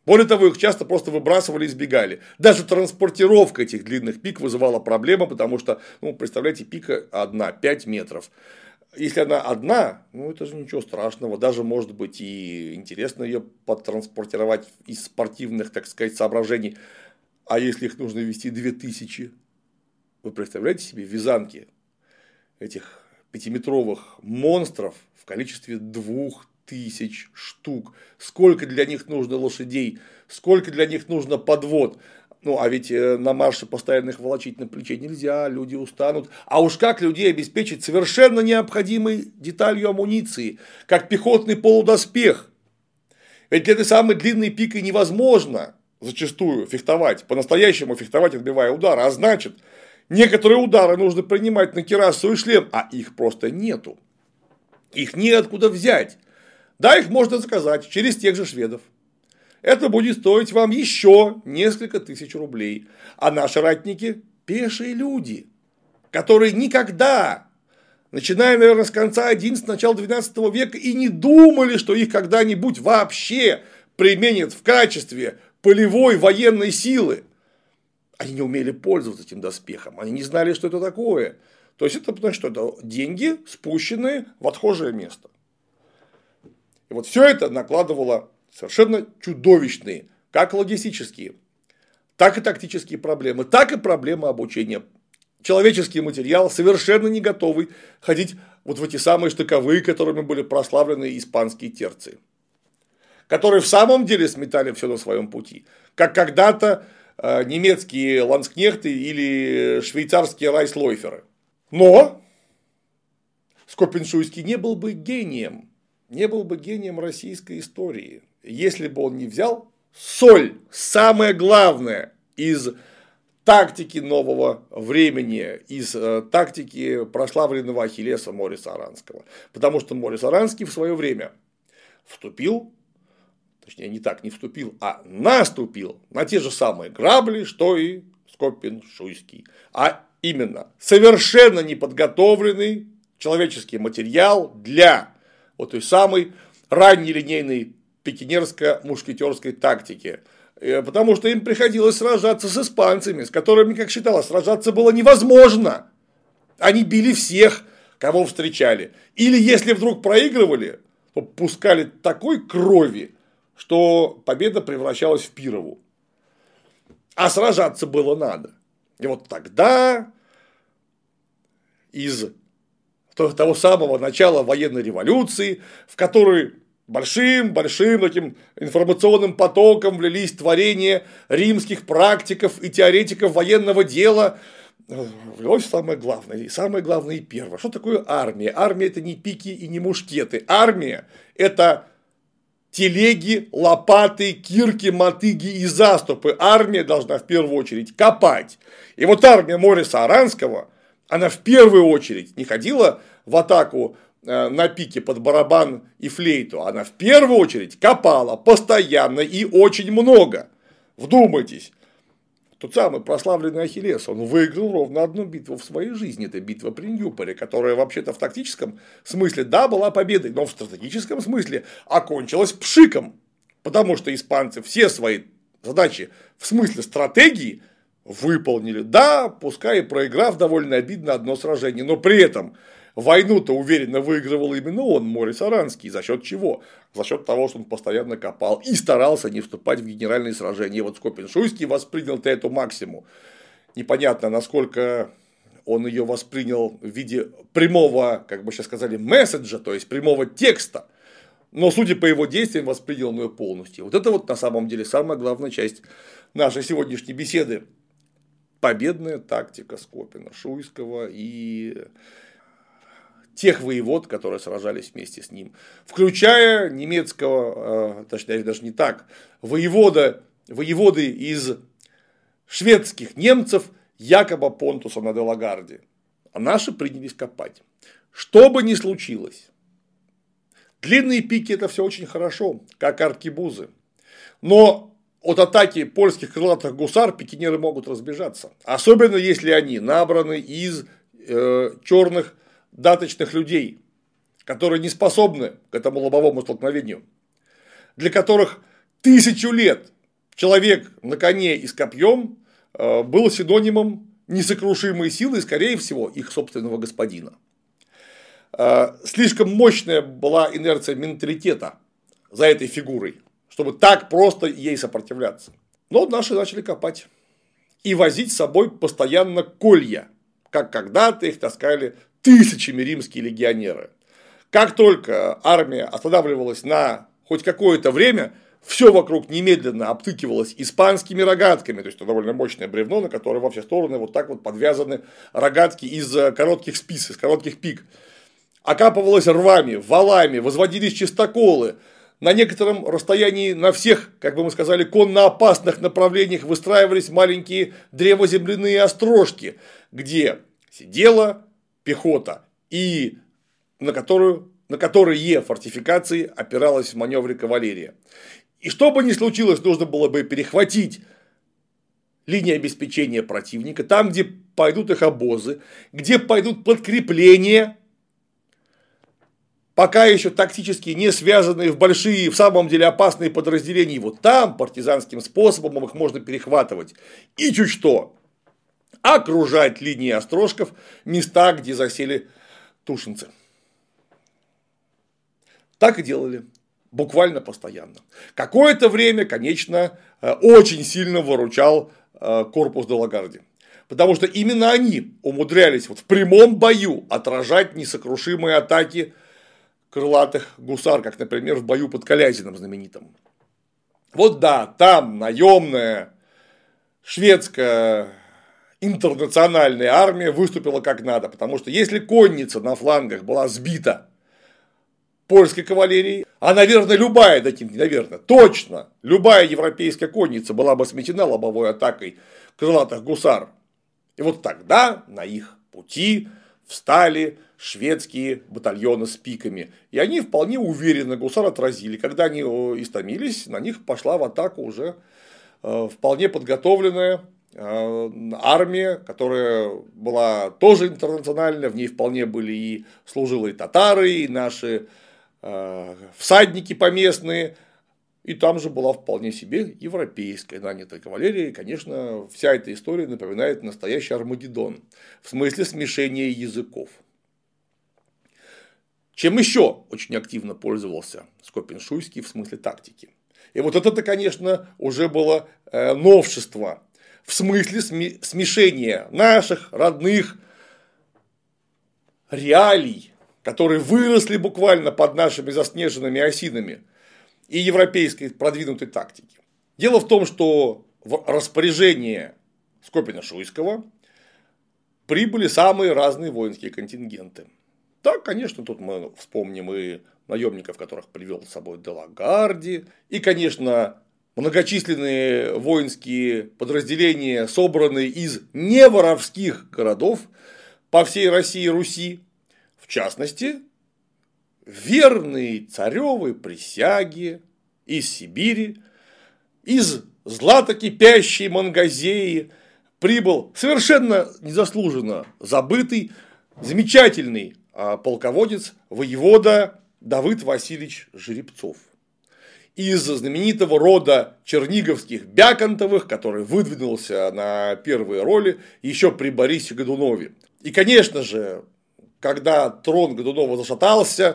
Более того, их часто просто выбрасывали и сбегали. Даже транспортировка этих длинных пик вызывала проблемы, потому что, ну, представляете, пика одна, пять метров. Если она одна, ну, это же ничего страшного, даже, может быть, и интересно ее подтранспортировать из спортивных, так сказать, соображений. А если их нужно везти две тысячи? Вы представляете себе вязанки этих пятиметровых монстров в количестве двух тысяч штук? Сколько для них нужно лошадей, сколько для них нужно подвод? Ну, а ведь на марше постоянно их волочить на плече нельзя, люди устанут. А уж как людей обеспечить совершенно необходимой деталью амуниции, как пехотный полудоспех? Ведь этой самой длинной пикой невозможно зачастую фехтовать, по-настоящему фехтовать, отбивая удары. А значит, некоторые удары нужно принимать на кирасу и шлем, а их просто нету. Их неоткуда взять. Да, их можно заказать через тех же шведов. Это будет стоить вам еще несколько тысяч рублей. А наши ратники – пешие люди, которые никогда, начиная, наверное, с конца одиннадцатого, начала двенадцатого века, и не думали, что их когда-нибудь вообще применят в качестве полевой военной силы. Они не умели пользоваться этим доспехом, они не знали, что это такое. То есть, это, потому что это деньги, спущенные в отхожее место. И вот все это накладывало совершенно чудовищные, как логистические, так и тактические проблемы, так и проблемы обучения. Человеческий материал совершенно не готовый ходить вот в эти самые штыковые, которыми были прославлены испанские терции, которые в самом деле сметали все на своем пути, как когда-то немецкие ланскнехты или швейцарские райслойферы. Но Скопин-Шуйский не был бы гением, не был бы гением российской истории, если бы он не взял соль, самое главное, из тактики нового времени, из тактики прославленного Ахиллеса Мориса Аранского. Потому что Морис Аранский в свое время вступил, точнее не так, не вступил, а наступил на те же самые грабли, что и Скопин-Шуйский. А именно, совершенно неподготовленный человеческий материал для вот той самой раннелинейной пикинерско-мушкетерской тактики. Потому что им приходилось сражаться с испанцами, с которыми, как считалось, сражаться было невозможно. Они били всех, кого встречали. Или если вдруг проигрывали, то пускали такой крови, что победа превращалась в пирову. А сражаться было надо. И вот тогда из того самого начала военной революции, в которой большим-большим таким информационным потоком влились творения римских практиков и теоретиков военного дела, влилось самое главное, и самое главное и первое. Что такое армия? Армия – это не пики и не мушкеты. Армия – это телеги, лопаты, кирки, мотыги и заступы. Армия должна в первую очередь копать. И вот армия Мориса Аранского, она в первую очередь не ходила в атаку на пике под барабан и флейту, она в первую очередь копала постоянно и очень много. Вдумайтесь, тот самый прославленный Ахиллес, он выиграл ровно одну битву в своей жизни, это битва при Ньюполе, которая вообще-то в тактическом смысле, да, была победой, но в стратегическом смысле окончилась пшиком, потому что испанцы все свои задачи в смысле стратегии выполнили, да, пускай и проиграв довольно обидно одно сражение, но при этом войну-то уверенно выигрывал именно он, Морис Аранский. За счет чего? За счет того, что он постоянно копал и старался не вступать в генеральные сражения. Вот Скопин-Шуйский воспринял-то эту максиму. Непонятно, насколько он ее воспринял в виде прямого, как бы сейчас сказали, месседжа, то есть прямого текста. Но, судя по его действиям, воспринял он ее полностью. Вот это вот на самом деле самая главная часть нашей сегодняшней беседы. Победная тактика Скопина-Шуйского и тех воевод, которые сражались вместе с ним, включая немецкого, точнее даже не так, воевода, воеводы из шведских немцев Якоба Понтусона де Лагарди. А наши принялись копать. Что бы ни случилось, длинные пики – это все очень хорошо, как аркебузы, но от атаки польских крылатых гусар пикинеры могут разбежаться, особенно если они набраны из э, черных даточных людей, которые не способны к этому лобовому столкновению, для которых Тысячу лет человек на коне и с копьем был синонимом несокрушимой силы и, скорее всего, их собственного господина. Слишком мощная была инерция менталитета за этой фигурой, чтобы так просто ей сопротивляться. Но наши начали копать и возить с собой постоянно колья, как когда-то их таскали тысячами римские легионеры. Как только армия останавливалась на хоть какое-то время, все вокруг немедленно обтыкивалось испанскими рогатками, то есть это довольно мощное бревно, на которое во все стороны вот так вот подвязаны рогатки из коротких спис, из коротких пик. Окапывалось рвами, валами, возводились чистоколы. На некотором расстоянии на всех, как бы мы сказали, конно-опасных направлениях выстраивались маленькие древоземляные острожки, где сидела пехота и на которую, на которые фортификации опиралась в маневре кавалерия. И что бы ни случилось, нужно было бы перехватить линии обеспечения противника, там, где пойдут их обозы, где пойдут подкрепления, пока еще тактически не связанные в большие, в самом деле опасные подразделения. Вот там партизанским способом их можно перехватывать. И чуть что окружать линии острожков, места, где засели тушинцы. Так и делали. Буквально постоянно. Какое-то время, конечно, очень сильно выручал корпус де Лагарди. Потому что именно они умудрялись вот в прямом бою отражать несокрушимые атаки крылатых гусар, как, например, в бою под Калязином знаменитым. Вот да, там наемная шведская интернациональная армия выступила как надо. Потому что если конница на флангах была сбита польской кавалерией, а, наверное, любая, да не наверное, точно, любая европейская конница была бы сметена лобовой атакой крылатых гусар. И вот тогда на их пути встали шведские батальоны с пиками. И они вполне уверенно гусар отразили. Когда они истомились, на них пошла в атаку уже вполне подготовленная армия, которая была тоже интернациональная. В ней вполне были и служилые татары, и наши всадники поместные, и там же была вполне себе европейская нанятая кавалерия, и, конечно, вся эта история напоминает настоящий Армагеддон, в смысле смешения языков. Чем еще очень активно пользовался Скопин-Шуйский в смысле тактики? И вот это, конечно, уже было новшество в смысле смешения наших родных реалий, которые выросли буквально под нашими заснеженными осинами, и европейской продвинутой тактики. Дело в том, что в распоряжение Скопина-Шуйского прибыли самые разные воинские контингенты. Да, конечно, тут мы вспомним и наемников, которых привел с собой де Лагарди, и, конечно, многочисленные воинские подразделения, собранные из неворовских городов по всей России и Руси. В частности, верные царевы присяги из Сибири, из златокипящей Мангазеи прибыл совершенно незаслуженно забытый, замечательный полководец, воевода Давыд Васильевич Жеребцов. Из знаменитого рода черниговских Бяконтовых, который выдвинулся на первые роли еще при Борисе Годунове. И, конечно же, когда трон Годунова зашатался,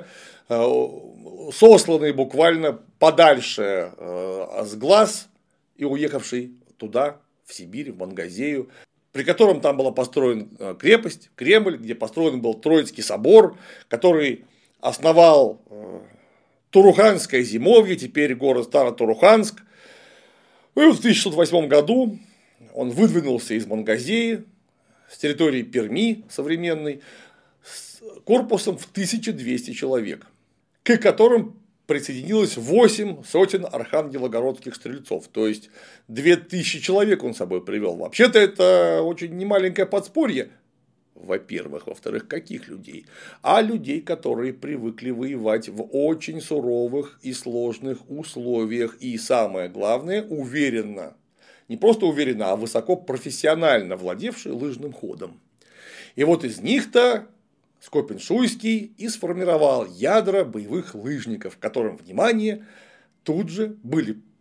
сосланный буквально подальше с глаз и уехавший туда, в Сибирь, в Мангазею, при котором там была построена крепость, Кремль, где построен был Троицкий собор, который основал Туруханское зимовье, теперь город Старо-Туруханск. И вот в тысяча шестьсот восьмом году он выдвинулся из Мангазеи, с территории Перми современной, с корпусом в тысячу двести человек, к которым присоединилось восемь сотен архангелогородских стрельцов, то есть две тысячи человек он с собой привел. Вообще-то это очень немаленькое подспорье. Во-первых. Во-вторых, каких людей? А людей, которые привыкли воевать в очень суровых и сложных условиях. И самое главное, уверенно. Не просто уверенно, а высоко профессионально владевшие лыжным ходом. И вот из них-то Скопин-Шуйский и сформировал ядра боевых лыжников, которым, внимание, тут же были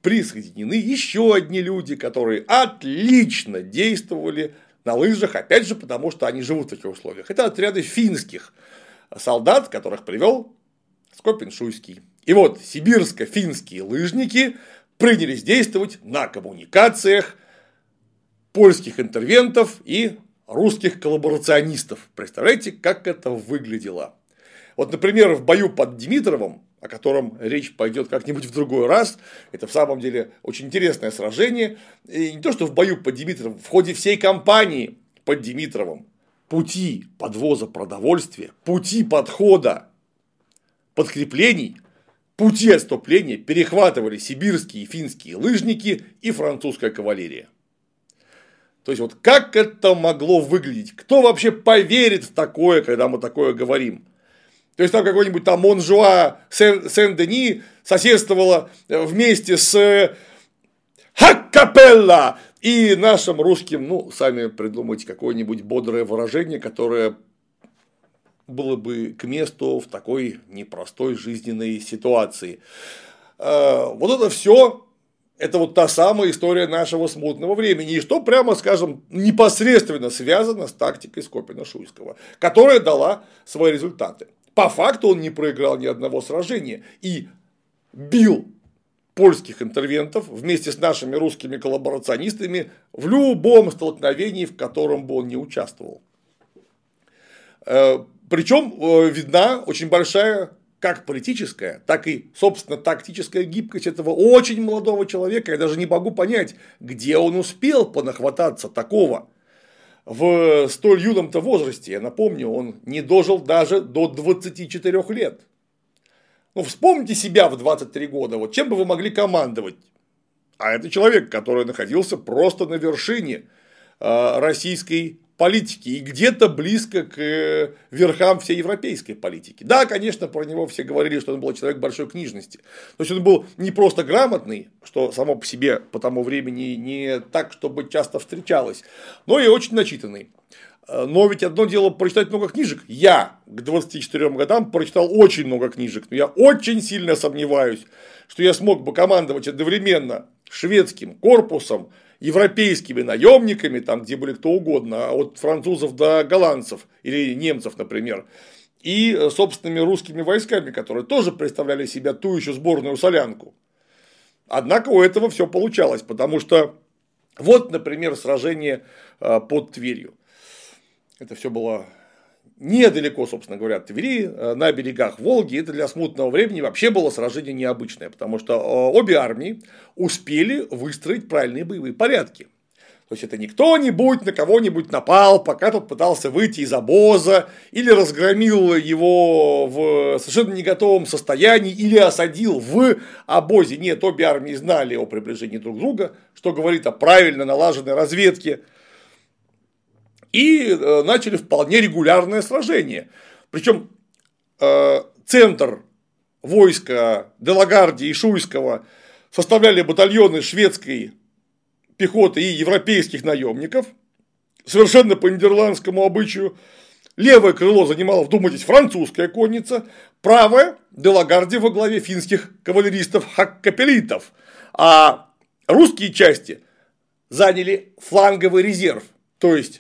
присоединены еще одни люди, которые отлично действовали на лыжах, опять же, потому что они живут в таких условиях. Это отряды финских солдат, которых привел Скопин-Шуйский. И вот сибирско-финские лыжники принялись действовать на коммуникациях польских интервентов и русских коллаборационистов. Представляете, как это выглядело? Вот, например, в бою под Димитровым, о котором речь пойдет как-нибудь в другой раз, это в самом деле очень интересное сражение. И не то, что в бою под Димитровым, в ходе всей кампании под Димитровым пути подвоза продовольствия, пути подхода подкреплений, пути отступления перехватывали сибирские и финские лыжники и французская кавалерия. То есть, вот как это могло выглядеть? Кто вообще поверит в такое, когда мы такое говорим? То есть, там какой-нибудь там Монжуа Сен-Дени соседствовало вместе с Хак-Капелла и нашим русским, ну, сами придумайте какое-нибудь бодрое выражение, которое было бы к месту в такой непростой жизненной ситуации. Вот это все. Это вот та самая история нашего смутного времени, и что, прямо скажем, непосредственно связано с тактикой Скопина-Шуйского, которая дала свои результаты. По факту он не проиграл ни одного сражения и бил польских интервентов вместе с нашими русскими коллаборационистами в любом столкновении, в котором бы он не участвовал. Причем видна очень большая как политическая, так и, собственно, тактическая гибкость этого очень молодого человека. Я даже не могу понять, где он успел понахвататься такого в столь юном-то возрасте. Я напомню, он не дожил даже до двадцати четырёх лет. Ну, вспомните себя в двадцать три года, вот чем бы вы могли командовать? А это человек, который находился просто на вершине российской политики и где-то близко к верхам всей европейской политики. Да, конечно, про него все говорили, что он был человек большой книжности. То есть он был не просто грамотный, что само по себе по тому времени не так, чтобы часто встречалось, но и очень начитанный. Но ведь одно дело прочитать много книжек. Я к двадцати четырём годам прочитал очень много книжек, но я очень сильно сомневаюсь, что я смог бы командовать одновременно шведским корпусом, европейскими наемниками, там, где были кто угодно, от французов до голландцев или немцев, например, и собственными русскими войсками, которые тоже представляли себя ту еще сборную солянку. Однако у этого все получалось, потому что вот, например, сражение под Тверью. Это все было недалеко, собственно говоря, от Твери, на берегах Волги. Это для смутного времени вообще было сражение необычное, потому что обе армии успели выстроить правильные боевые порядки. То есть это не кто-нибудь на кого-нибудь напал, пока тот пытался выйти из обоза, или разгромил его в совершенно не готовом состоянии, или осадил в обозе. Нет, обе армии знали о приближении друг друга, что говорит о правильно налаженной разведке. И начали вполне регулярное сражение. Причем центр войска Делагарди и Шуйского составляли батальоны шведской пехоты и европейских наемников, совершенно по нидерландскому обычаю. Левое крыло занимала, вдумайтесь, французская конница, правое Делагарди во главе финских кавалеристов Хаккапелитов, а русские части заняли фланговый резерв, то есть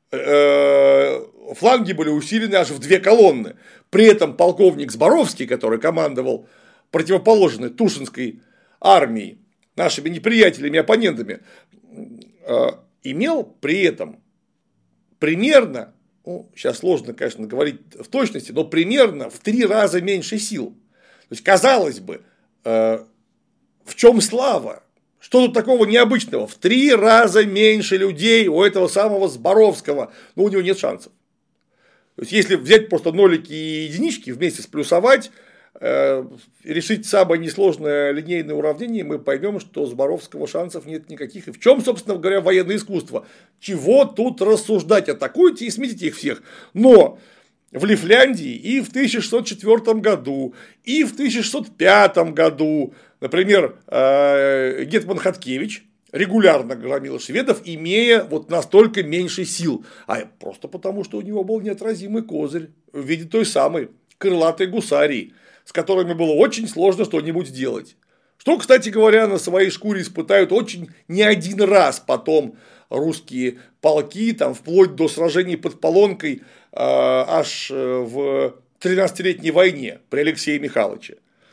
фланги были усилены аж в две колонны. При этом полковник Зборовский, который командовал противоположной Тушинской армией, нашими неприятелями, оппонентами, имел при этом примерно, ну, сейчас сложно, конечно, говорить в точности, но примерно в три раза меньше сил. То есть, казалось бы, в чем слава? Что тут такого необычного? В три раза меньше людей у этого самого Зборовского, но у него нет шансов. То есть, если взять просто нолики и единички вместе сплюсовать, э, решить самое несложное линейное уравнение, мы поймем, что у Зборовского шансов нет никаких. И в чем, собственно говоря, военное искусство? Чего тут рассуждать? Атакуйте и сметите их всех. Но в Лифляндии и в тысяча шестьсот четвёртом году, и в тысяча шестьсот пятом году, например, гетман Хаткевич регулярно громил шведов, имея вот настолько меньше сил, а просто потому, что у него был неотразимый козырь в виде той самой крылатой гусарии, с которыми было очень сложно что-нибудь сделать. Что, кстати говоря, на своей шкуре испытают очень не один раз потом русские полки, там, вплоть до сражений под Полонкой э, аж в тринадцатилетней войне при Алексее Михайловиче.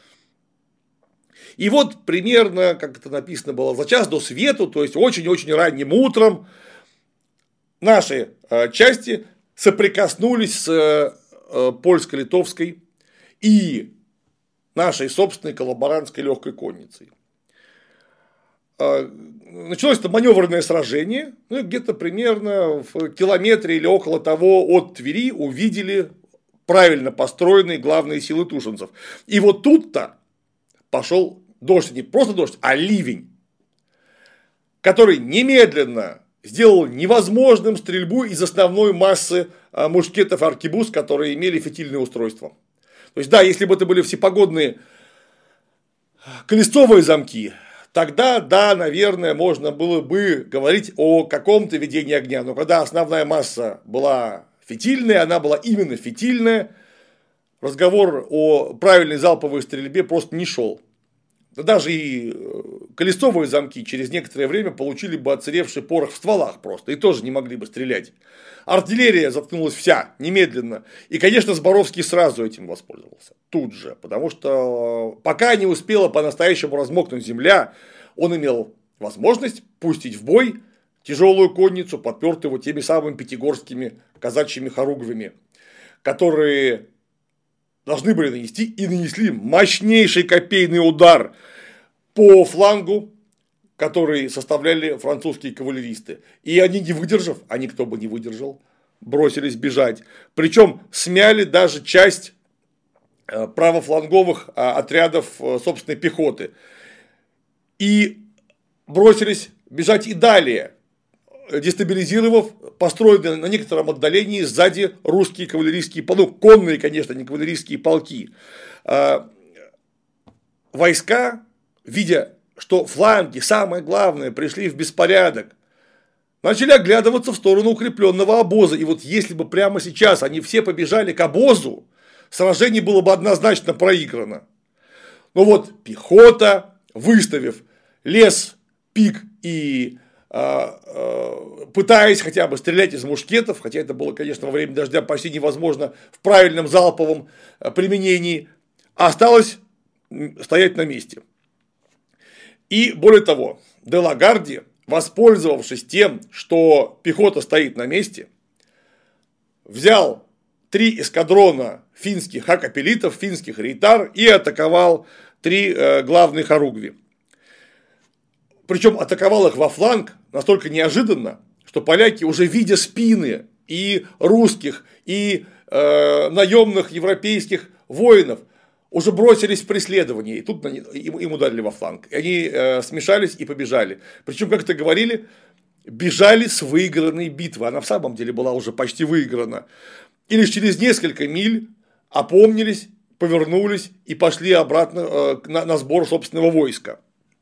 И вот примерно, как это написано было, за час до свету, то есть очень-очень ранним утром, наши э, части соприкоснулись с э, польско-литовской и нашей собственной коллаборантской легкой конницей. Началось это маневренное сражение, ну, где-то примерно в километре или около того от Твери увидели правильно построенные главные силы тушинцев. И вот тут-то пошел дождь, не просто дождь, а ливень, который немедленно сделал невозможным стрельбу из основной массы мушкетов аркебуз, которые имели фитильное устройство. То есть, да, если бы это были всепогодные колесовые замки, тогда, да, наверное, можно было бы говорить о каком-то ведении огня. Но когда основная масса была фитильная, она была именно фитильная, разговор о правильной залповой стрельбе просто не шел. Даже и колесовые замки через некоторое время получили бы отсыревший порох в стволах просто, и тоже не могли бы стрелять. Артиллерия заткнулась вся, немедленно. И, конечно, Зборовский сразу этим воспользовался, тут же, потому что пока не успела по-настоящему размокнуть земля, он имел возможность пустить в бой тяжелую конницу, подпертую его теми самыми пятигорскими казачьими хоругвями, которые должны были нанести и нанесли мощнейший копейный удар по флангу, который составляли французские кавалеристы. И они, не выдержав, а никто бы не выдержал, бросились бежать. Причем смяли даже часть правофланговых отрядов собственной пехоты. И бросились бежать и далее, дестабилизировав построенные на некотором отдалении сзади русские кавалерийские полки, ну, конные, конечно, не кавалерийские полки. Войска, видя, что фланги, самое главное, пришли в беспорядок, начали оглядываться в сторону укрепленного обоза. И вот если бы прямо сейчас они все побежали к обозу, сражение было бы однозначно проиграно. Но вот пехота, выставив лес, пик и пытаясь хотя бы стрелять из мушкетов, хотя это было, конечно, во время дождя почти невозможно в правильном залповом применении, осталось стоять на месте. И более того, де ла Гарди, воспользовавшись тем, что пехота стоит на месте, взял три эскадрона финских акапелитов, финских рейтар и атаковал три главные хоругви. Причем атаковал их во фланг настолько неожиданно, что поляки, уже видя спины и русских, и э, наемных европейских воинов, уже бросились в преследование. И тут им, им ударили во фланг. И они э, смешались и побежали. Причем, как это говорили, бежали с выигранной битвы. Она в самом деле была уже почти выиграна. И лишь через несколько миль опомнились, повернулись и пошли обратно э, на, на сбор собственного войска.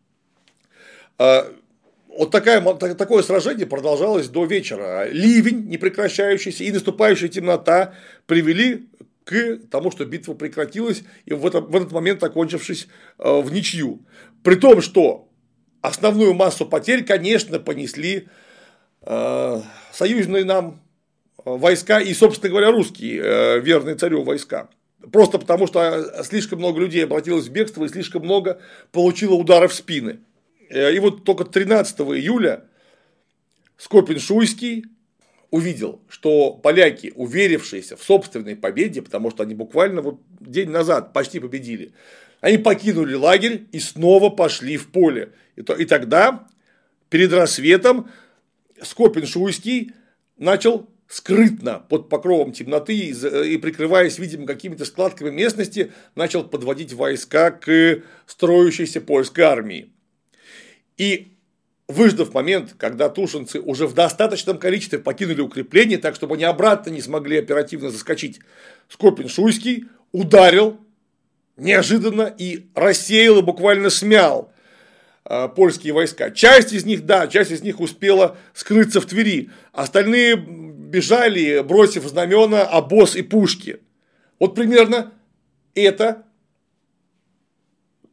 Вот такая, такое сражение продолжалось до вечера. Ливень, непрекращающийся, и наступающая темнота привели к тому, что битва прекратилась, и в этот, в этот момент окончившись в ничью. При том, что основную массу потерь, конечно, понесли э, союзные нам войска и, собственно говоря, русские, э, верные царю войска. Просто потому, что слишком много людей обратилось в бегство и слишком много получило ударов в спины. И вот только тринадцатого июля Скопин-Шуйский увидел, что поляки, уверившиеся в собственной победе, потому что они буквально вот день назад почти победили, они покинули лагерь и снова пошли в поле. И, то, и тогда, перед рассветом, Скопин-Шуйский начал скрытно, под покровом темноты и, и прикрываясь, видимо, какими-то складками местности, начал подводить войска к строящейся польской армии. И, выждав момент, когда тушинцы уже в достаточном количестве покинули укрепление, так чтобы они обратно не смогли оперативно заскочить, Скопин-Шуйский ударил неожиданно и рассеял, и буквально смял э, польские войска. Часть из них, да, часть из них успела скрыться в Твери, остальные бежали, бросив знамена, обоз и пушки. Вот примерно это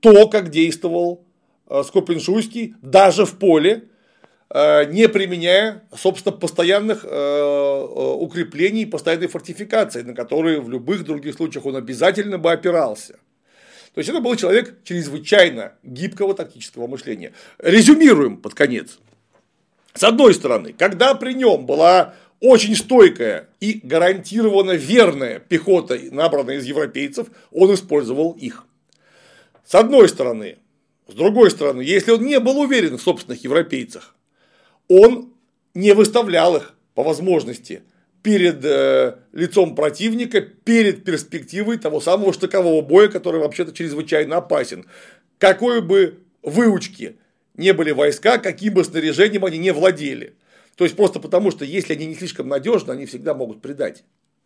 то, как действовал Скопин-Шуйский даже в поле, не применяя, собственно, постоянных укреплений, постоянной фортификации, на которые в любых других случаях он обязательно бы опирался. То есть это был человек чрезвычайно гибкого тактического мышления. Резюмируем под конец. С одной стороны, когда при нем была очень стойкая и гарантированно верная пехота, набранная из европейцев, он использовал их. С одной стороны. С другой стороны, если он не был уверен в собственных европейцах, он не выставлял их по возможности перед э, лицом противника, перед перспективой того самого штыкового боя, который вообще-то чрезвычайно опасен. Какой бы выучки не были войска, каким бы снаряжением они не владели. То есть просто потому, что если они не слишком надежны, они всегда могут предать.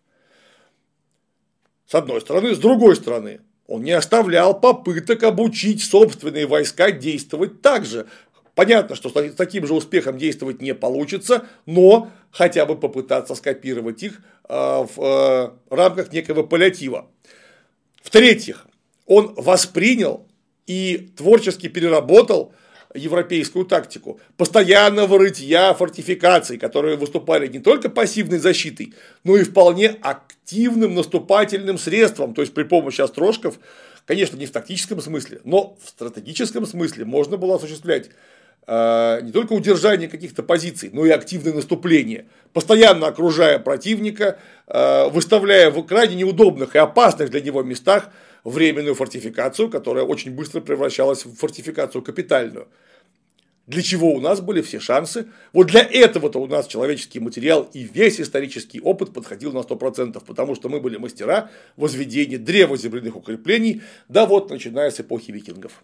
С одной стороны. С другой стороны, он не оставлял попыток обучить собственные войска действовать так же. Понятно, что с таким же успехом действовать не получится, но хотя бы попытаться скопировать их в рамках некого паллиатива. В-третьих, он воспринял и творчески переработал европейскую тактику постоянного рытья фортификаций, которые выступали не только пассивной защитой, но и вполне активным наступательным средством, то есть при помощи острожков, конечно, не в тактическом смысле, но в стратегическом смысле можно было осуществлять э, не только удержание каких-то позиций, но и активное наступление, постоянно окружая противника, э, выставляя в крайне неудобных и опасных для него местах временную фортификацию, которая очень быстро превращалась в фортификацию капитальную. Для чего у нас были все шансы? Вот для этого-то у нас человеческий материал и весь исторический опыт подходил на сто процентов, потому что мы были мастера возведения древоземляных укреплений, да вот начиная с эпохи викингов.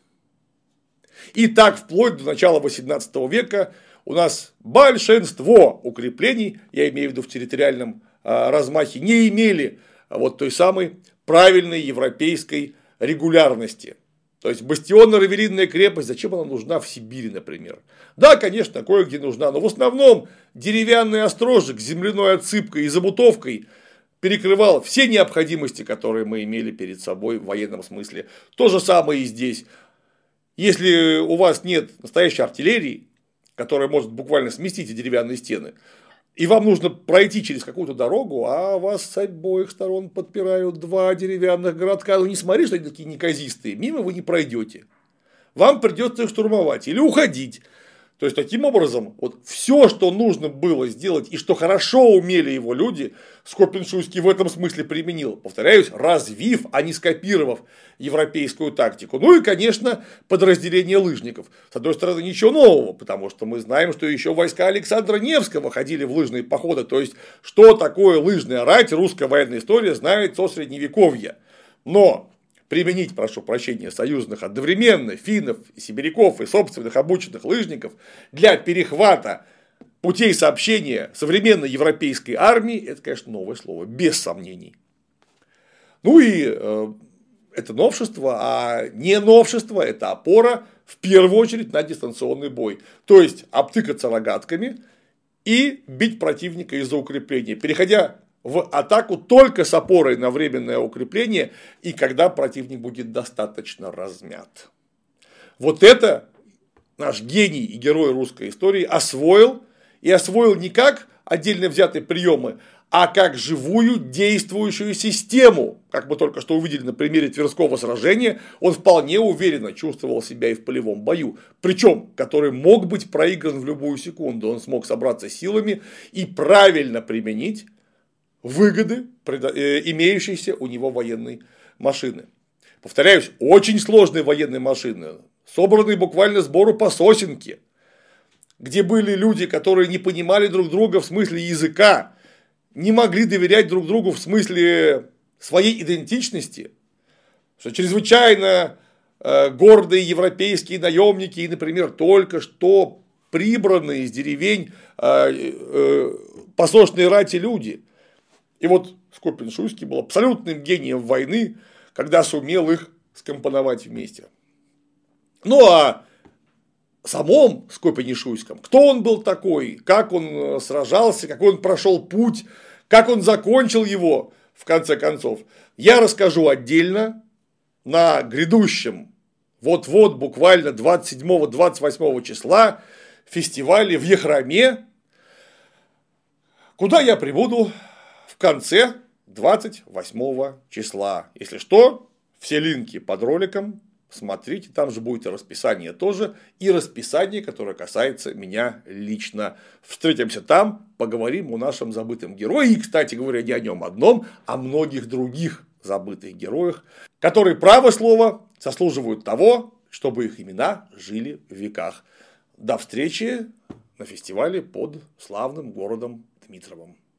И так вплоть до начала восемнадцатого века у нас большинство укреплений, я имею в виду в территориальном размахе, не имели вот той самой правильной европейской регулярности. То есть бастионно-равелинная крепость, зачем она нужна в Сибири, например? Да, конечно, кое-где нужна, но в основном деревянный острожек с земляной отсыпкой и забутовкой перекрывал все необходимости, которые мы имели перед собой в военном смысле. То же самое и здесь. Если у вас нет настоящей артиллерии, которая может буквально сместить эти деревянные стены, и вам нужно пройти через какую-то дорогу, а вас с обоих сторон подпирают два деревянных городка. Ну не смотри, что они такие неказистые, мимо вы не пройдете. Вам придется их штурмовать или уходить. То есть таким образом, вот все, что нужно было сделать и что хорошо умели его люди, Скопин-Шуйский в этом смысле применил. Повторяюсь, развив, а не скопировав европейскую тактику. Ну и, конечно, подразделение лыжников. С одной стороны, ничего нового, потому что мы знаем, что еще войска Александра Невского ходили в лыжные походы. То есть, что такое лыжная рать, русская военная история знает со средневековья. Но применить, прошу прощения, союзных одновременно финнов, сибиряков и собственных обученных лыжников для перехвата путей сообщения современной европейской армии, это, конечно, новое слово, без сомнений. Ну и э, это новшество, а не новшество, это опора в первую очередь на дистанционный бой. То есть обтыкаться рогатками и бить противника из-за укрепления, переходя в атаку только с опорой на временное укрепление и когда противник будет достаточно размят. Вот это наш гений и герой русской истории освоил, и освоил не как отдельно взятые приемы, а как живую действующую систему. Как мы только что увидели на примере Тверского сражения, он вполне уверенно чувствовал себя и в полевом бою, причем который мог быть проигран в любую секунду. Он смог собраться силами и правильно применить выгоды, имеющиеся у него военной машины. Повторяюсь, очень сложные военные машины, собранные буквально сбору по сосенке, где были люди, которые не понимали друг друга в смысле языка, не могли доверять друг другу в смысле своей идентичности, что чрезвычайно гордые европейские наемники и, например, только что прибранные из деревень посошные рати люди. И вот Скопин-Шуйский был абсолютным гением войны, когда сумел их скомпоновать вместе. Ну а самом Скопине-Шуйском, кто он был такой, как он сражался, какой он прошел путь, как он закончил его, в конце концов, я расскажу отдельно на грядущем Вот-вот, буквально двадцать седьмого — двадцать восьмого числа фестивале в Яхроме, куда я прибуду в конце двадцать восьмого числа. Если что, все линки под роликом смотрите, там же будет и расписание тоже, и расписание, которое касается меня лично. Встретимся там, поговорим о нашем забытом герое. И, кстати говоря, не о нем одном, а о многих других забытых героях, которые, право слово, заслуживают того, чтобы их имена жили в веках. До встречи на фестивале под славным городом Дмитровым.